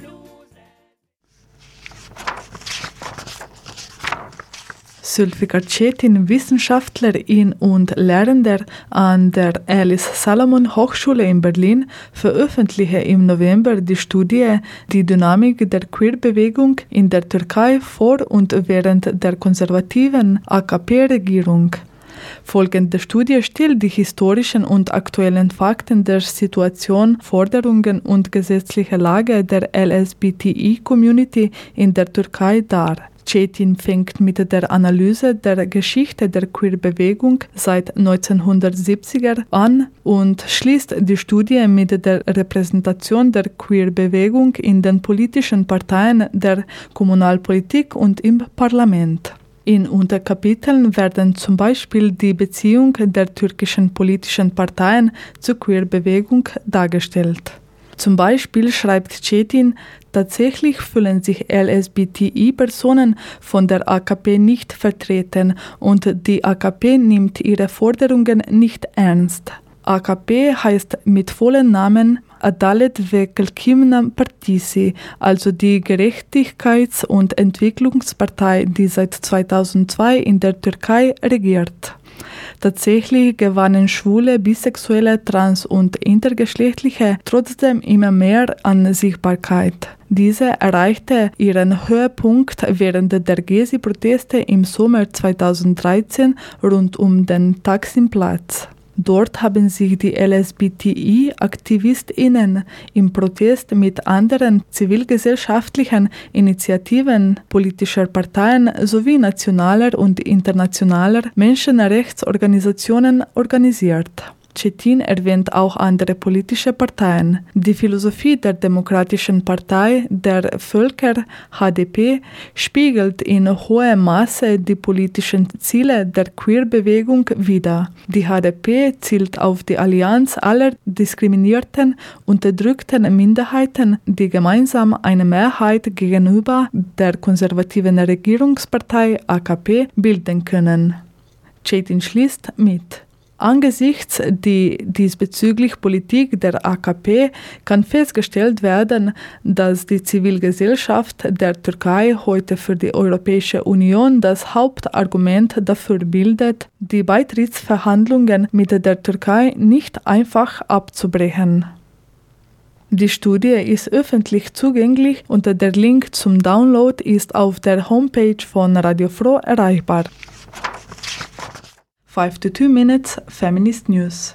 Sylvika Cetin, Wissenschaftlerin und Lehrender an der Alice Salomon Hochschule in Berlin, veröffentlichte im November die Studie Die Dynamik der Queerbewegung in der Türkei vor und während der konservativen A K P-Regierung. Folgende Studie stellt die historischen und aktuellen Fakten der Situation, Forderungen und gesetzliche Lage der L S B T I-Community in der Türkei dar. Çetin fängt mit der Analyse der Geschichte der Queer-Bewegung seit neunzehnhundertsiebziger an und schließt die Studie mit der Repräsentation der Queer-Bewegung in den politischen Parteien der Kommunalpolitik und im Parlament. In Unterkapiteln werden zum Beispiel die Beziehung der türkischen politischen Parteien zur Queer-Bewegung dargestellt. Zum Beispiel schreibt Çetin, tatsächlich fühlen sich L S B T I-Personen von der A K P nicht vertreten und die A K P nimmt ihre Forderungen nicht ernst. A K P heißt mit vollen Namen Adalet ve Kalkınma Partisi, also die Gerechtigkeits- und Entwicklungspartei, die seit zweitausendzwei in der Türkei regiert. Tatsächlich gewannen Schwule, Bisexuelle, Trans- und Intergeschlechtliche trotzdem immer mehr an Sichtbarkeit. Diese erreichte ihren Höhepunkt während der Gezi-Proteste im Sommer zweitausenddreizehn rund um den Taksimplatz. Dort haben sich die L S B T I-AktivistInnen im Protest mit anderen zivilgesellschaftlichen Initiativen politischer Parteien sowie nationaler und internationaler Menschenrechtsorganisationen organisiert. Çetin erwähnt auch andere politische Parteien. Die Philosophie der Demokratischen Partei der Völker H D P spiegelt in hohem Maße die politischen Ziele der Queer-Bewegung wider. Die H D P zielt auf die Allianz aller diskriminierten, unterdrückten Minderheiten, die gemeinsam eine Mehrheit gegenüber der konservativen Regierungspartei A K P bilden können. Çetin schließt mit: Angesichts der diesbezüglich Politik der A K P kann festgestellt werden, dass die Zivilgesellschaft der Türkei heute für die Europäische Union das Hauptargument dafür bildet, die Beitrittsverhandlungen mit der Türkei nicht einfach abzubrechen. Die Studie ist öffentlich zugänglich und der Link zum Download ist auf der Homepage von Radio Froh erreichbar. five to two Minutes Feminist News.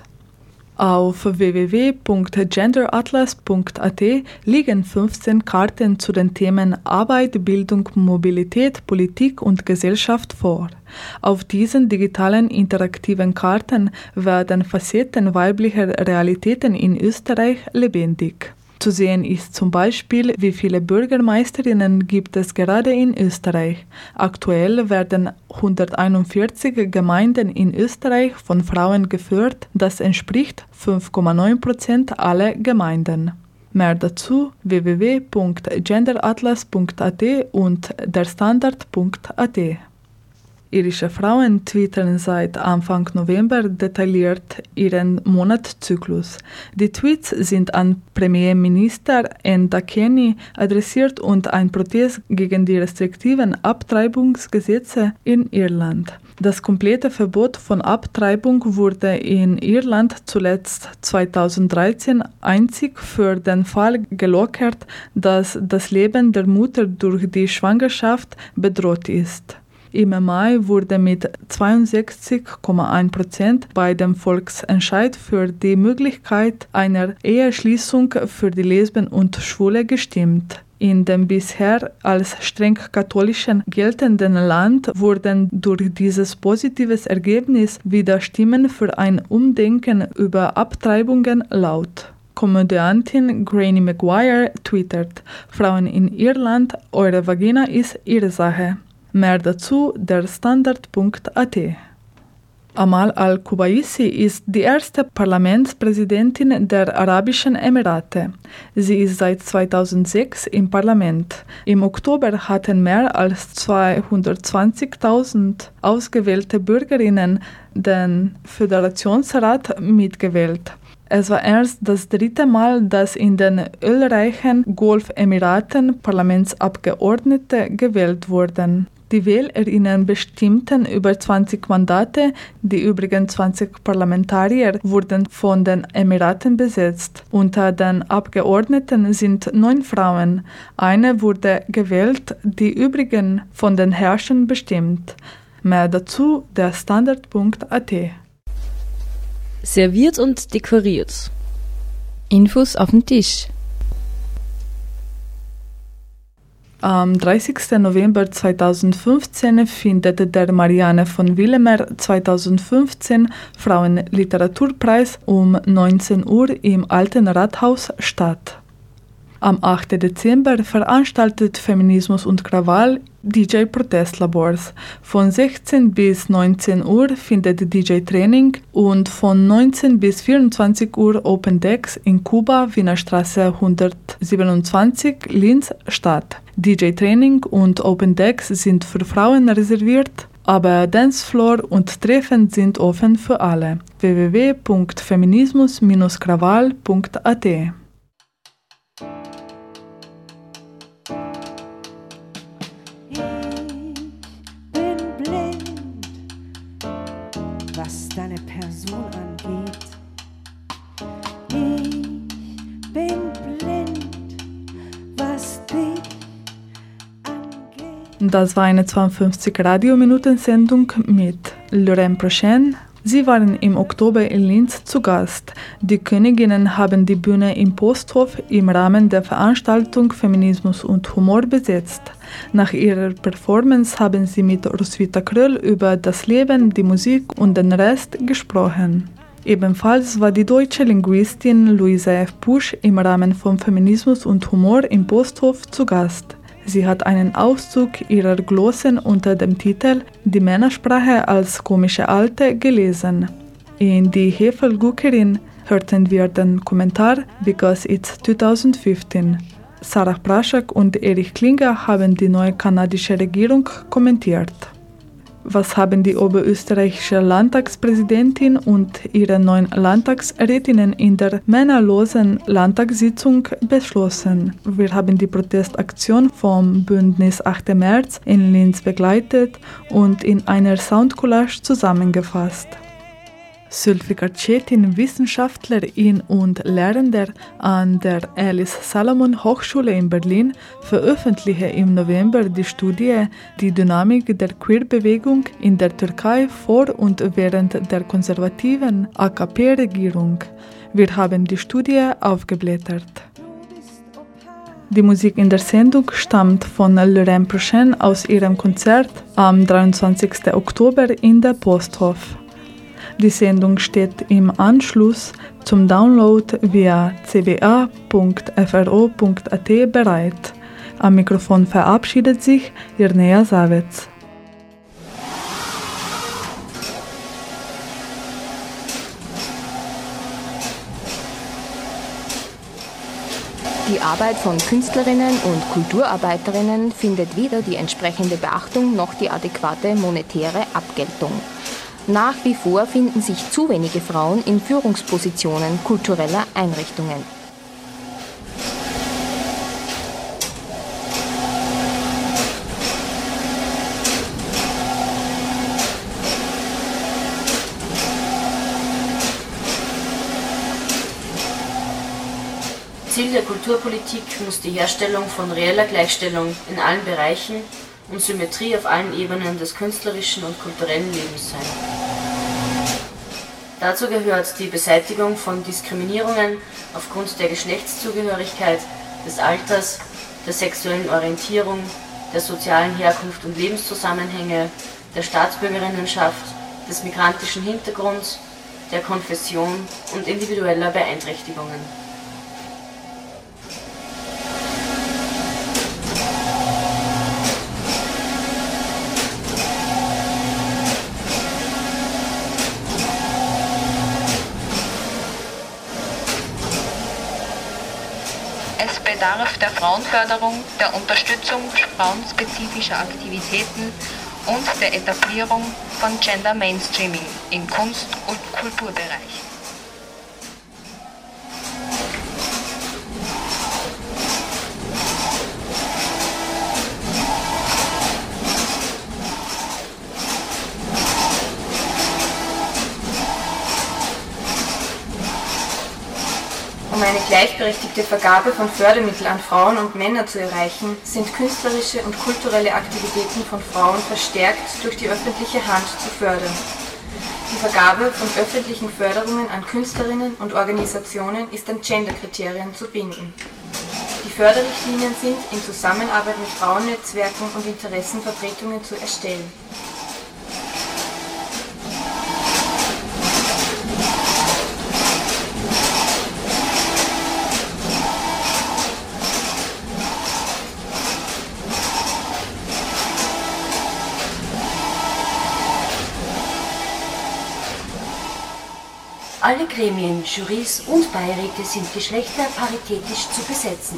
Auf w w w punkt genderatlas punkt a t liegen fünfzehn Karten zu den Themen Arbeit, Bildung, Mobilität, Politik und Gesellschaft vor. Auf diesen digitalen interaktiven Karten werden Facetten weiblicher Realitäten in Österreich lebendig. Zu sehen ist zum Beispiel, wie viele Bürgermeisterinnen gibt es gerade in Österreich. Aktuell werden hunderteinundvierzig Gemeinden in Österreich von Frauen geführt. Das entspricht fünf Komma neun Prozent aller Gemeinden. Mehr dazu w w w punkt genderatlas punkt a t und derstandard punkt a t. Irische Frauen twittern seit Anfang November detailliert ihren Monatszyklus. Die Tweets sind an Premierminister Enda Kenny adressiert und ein Protest gegen die restriktiven Abtreibungsgesetze in Irland. Das komplette Verbot von Abtreibung wurde in Irland zuletzt zweitausenddreizehn einzig für den Fall gelockert, dass das Leben der Mutter durch die Schwangerschaft bedroht ist. Im Mai wurde mit zweiundsechzig Komma eins Prozent bei dem Volksentscheid für die Möglichkeit einer Eheschließung für die Lesben und Schwule gestimmt. In dem bisher als streng katholischen geltenden Land wurden durch dieses positives Ergebnis wieder Stimmen für ein Umdenken über Abtreibungen laut. Komödiantin Granny Maguire twittert: Frauen in Irland, eure Vagina ist ihre Sache. Mehr dazu der Standard punkt a t. Amal al-Kubaisi ist die erste Parlamentspräsidentin der Arabischen Emirate. Sie ist seit zweitausendsechs im Parlament. Im Oktober hatten mehr als zweihundertzwanzigtausend ausgewählte Bürgerinnen den Föderationsrat mitgewählt. Es war erst das dritte Mal, dass in den ölreichen Golfemiraten Parlamentsabgeordnete gewählt wurden. Die WählerInnen bestimmten über zwanzig Mandate, die übrigen zwanzig Parlamentarier wurden von den Emiraten besetzt. Unter den Abgeordneten sind neun Frauen. Eine wurde gewählt, die übrigen von den Herrschern bestimmt. Mehr dazu der Standard punkt a t. Serviert und dekoriert. Infos auf dem Tisch. Am dreißigsten November zweitausendfünfzehn findet der Marianne von Willemer zweitausendfünfzehn Frauenliteraturpreis um neunzehn Uhr im Alten Rathaus statt. Am achten Dezember veranstaltet Feminismus und Krawall D J Protestlabors. Von sechzehn bis neunzehn Uhr findet D J-Training und von neunzehn bis vierundzwanzig Uhr Open Decks in Kuba, Wiener Straße hundertsiebenundzwanzig, Linz statt. D J-Training und Open Decks sind für Frauen reserviert, aber Dancefloor und Treffen sind offen für alle. w w w punkt feminismus Bindestrich krawall punkt a t. Deine Person angeht. Ich bin blind, was dich angeht. Das war eine zweiundfünfzig Radiominuten-Sendung mit Lorraine Prochain. Sie waren im Oktober in Linz zu Gast. Die Königinnen haben die Bühne im Posthof im Rahmen der Veranstaltung Feminismus und Humor besetzt. Nach ihrer Performance haben sie mit Roswitha Kröll über das Leben, die Musik und den Rest gesprochen. Ebenfalls war die deutsche Linguistin Luisa F. Pusch im Rahmen von Feminismus und Humor im Posthof zu Gast. Sie hat einen Auszug ihrer Glossen unter dem Titel Die Männersprache als komische Alte gelesen. In Die Hefelguckerin hörten wir den Kommentar Because it's twenty fifteen. Sarah Praschak und Erich Klinger haben die neue kanadische Regierung kommentiert. Was haben die oberösterreichische Landtagspräsidentin und ihre neun Landtagsrätinnen in der männerlosen Landtagssitzung beschlossen? Wir haben die Protestaktion vom Bündnis achter März in Linz begleitet und in einer Soundcollage zusammengefasst. Sylvika Cetin, Wissenschaftlerin und Lehrender an der Alice Salomon Hochschule in Berlin, veröffentlichte im November die Studie Die Dynamik der Queerbewegung in der Türkei vor und während der konservativen A K P-Regierung. Wir haben die Studie aufgeblättert. Die Musik in der Sendung stammt von Lorraine Prochain aus ihrem Konzert am dreiundzwanzigsten Oktober in der Posthof. Die Sendung steht im Anschluss zum Download via c b a punkt f r o punkt a t bereit. Am Mikrofon verabschiedet sich Irnea Savets. Die Arbeit von Künstlerinnen und Kulturarbeiterinnen findet weder die entsprechende Beachtung noch die adäquate monetäre Abgeltung. Nach wie vor finden sich zu wenige Frauen in Führungspositionen kultureller Einrichtungen. Ziel der Kulturpolitik muss die Herstellung von reeller Gleichstellung in allen Bereichen und Symmetrie auf allen Ebenen des künstlerischen und kulturellen Lebens sein. Dazu gehört die Beseitigung von Diskriminierungen aufgrund der Geschlechtszugehörigkeit, des Alters, der sexuellen Orientierung, der sozialen Herkunft und Lebenszusammenhänge, der Staatsbürgerinnenschaft, des migrantischen Hintergrunds, der Konfession und individueller Beeinträchtigungen. Es bedarf der Frauenförderung, der Unterstützung frauenspezifischer Aktivitäten und der Etablierung von Gender Mainstreaming im Kunst- und Kulturbereich. Um ein eine gleichberechtigte Vergabe von Fördermitteln an Frauen und Männer zu erreichen, sind künstlerische und kulturelle Aktivitäten von Frauen verstärkt durch die öffentliche Hand zu fördern. Die Vergabe von öffentlichen Förderungen an Künstlerinnen und Organisationen ist an Genderkriterien zu binden. Die Förderrichtlinien sind in Zusammenarbeit mit Frauennetzwerken und Interessenvertretungen zu erstellen. Alle Gremien, Jurys und Beiräte sind geschlechterparitätisch zu besetzen.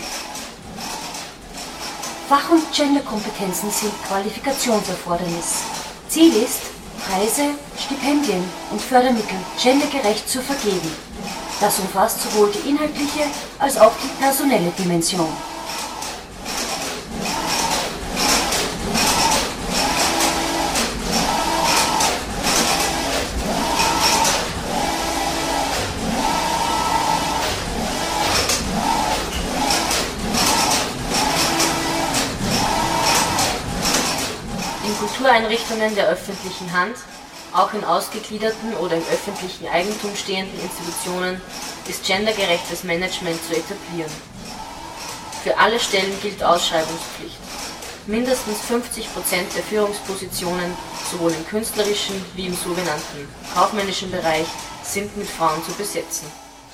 Fach- und Genderkompetenzen sind Qualifikationserfordernis. Ziel ist, Preise, Stipendien und Fördermittel gendergerecht zu vergeben. Das umfasst sowohl die inhaltliche als auch die personelle Dimension. Kultureinrichtungen der öffentlichen Hand, auch in ausgegliederten oder im öffentlichen Eigentum stehenden Institutionen, ist gendergerechtes Management zu etablieren. Für alle Stellen gilt Ausschreibungspflicht. Mindestens fünfzig Prozent der Führungspositionen, sowohl im künstlerischen wie im sogenannten kaufmännischen Bereich, sind mit Frauen zu besetzen.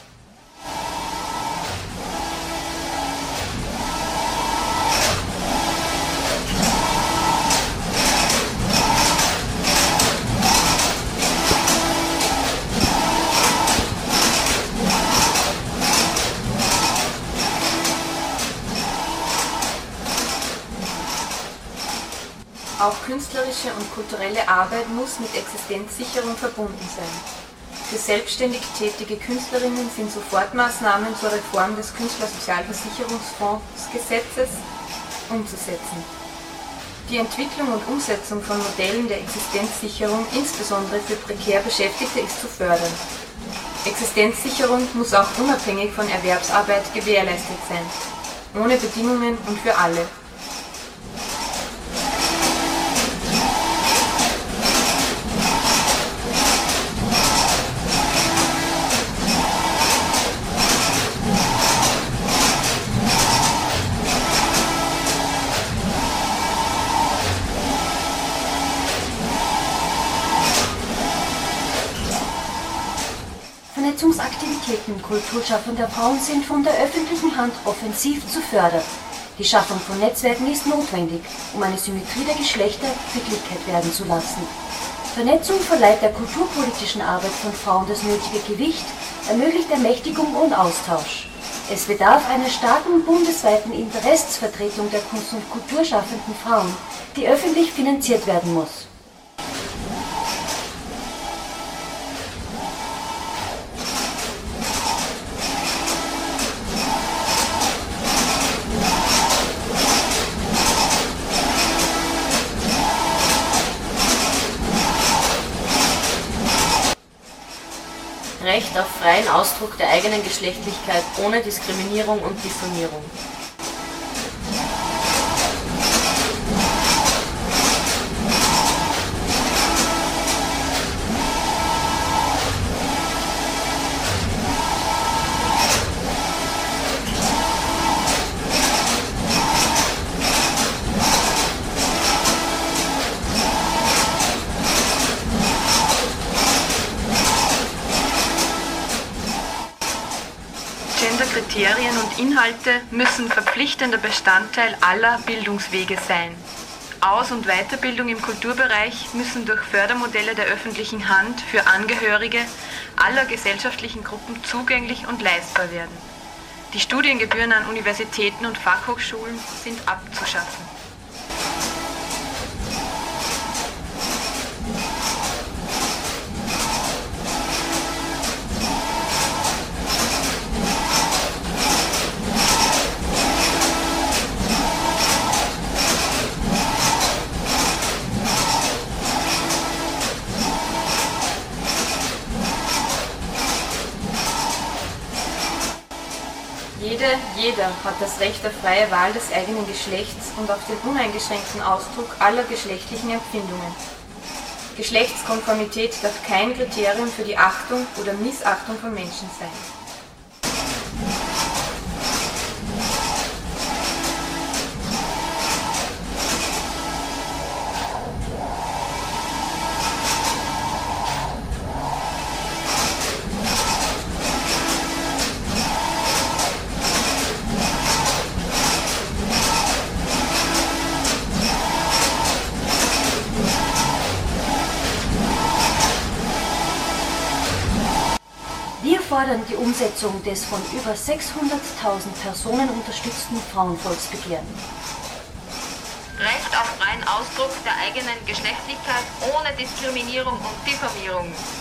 Auch künstlerische und kulturelle Arbeit muss mit Existenzsicherung verbunden sein. Für selbstständig tätige Künstlerinnen sind Sofortmaßnahmen zur Reform des Künstlersozialversicherungsfondsgesetzes umzusetzen. Die Entwicklung und Umsetzung von Modellen der Existenzsicherung, insbesondere für prekär Beschäftigte, ist zu fördern. Existenzsicherung muss auch unabhängig von Erwerbsarbeit gewährleistet sein, ohne Bedingungen und für alle. Vernetzungsaktivitäten kulturschaffender Frauen sind von der öffentlichen Hand offensiv zu fördern. Die Schaffung von Netzwerken ist notwendig, um eine Symmetrie der Geschlechter Wirklichkeit werden zu lassen. Vernetzung verleiht der kulturpolitischen Arbeit von Frauen das nötige Gewicht, ermöglicht Ermächtigung und Austausch. Es bedarf einer starken bundesweiten Interessensvertretung der Kunst- und Kulturschaffenden Frauen, die öffentlich finanziert werden muss. Recht auf freien Ausdruck der eigenen Geschlechtlichkeit ohne Diskriminierung und Diffamierung. Kriterien und Inhalte müssen verpflichtender Bestandteil aller Bildungswege sein. Aus- und Weiterbildung im Kulturbereich müssen durch Fördermodelle der öffentlichen Hand für Angehörige aller gesellschaftlichen Gruppen zugänglich und leistbar werden. Die Studiengebühren an Universitäten und Fachhochschulen sind abzuschaffen. jeder hat das Recht auf freie Wahl des eigenen Geschlechts und auf den uneingeschränkten Ausdruck aller geschlechtlichen Empfindungen. Geschlechtskonformität darf kein Kriterium für die Achtung oder Missachtung von Menschen sein. Wir fordern die Umsetzung des von über sechshunderttausend Personen unterstützten Frauenvolksbegehren. Recht auf freien Ausdruck der eigenen Geschlechtlichkeit ohne Diskriminierung und Diffamierung.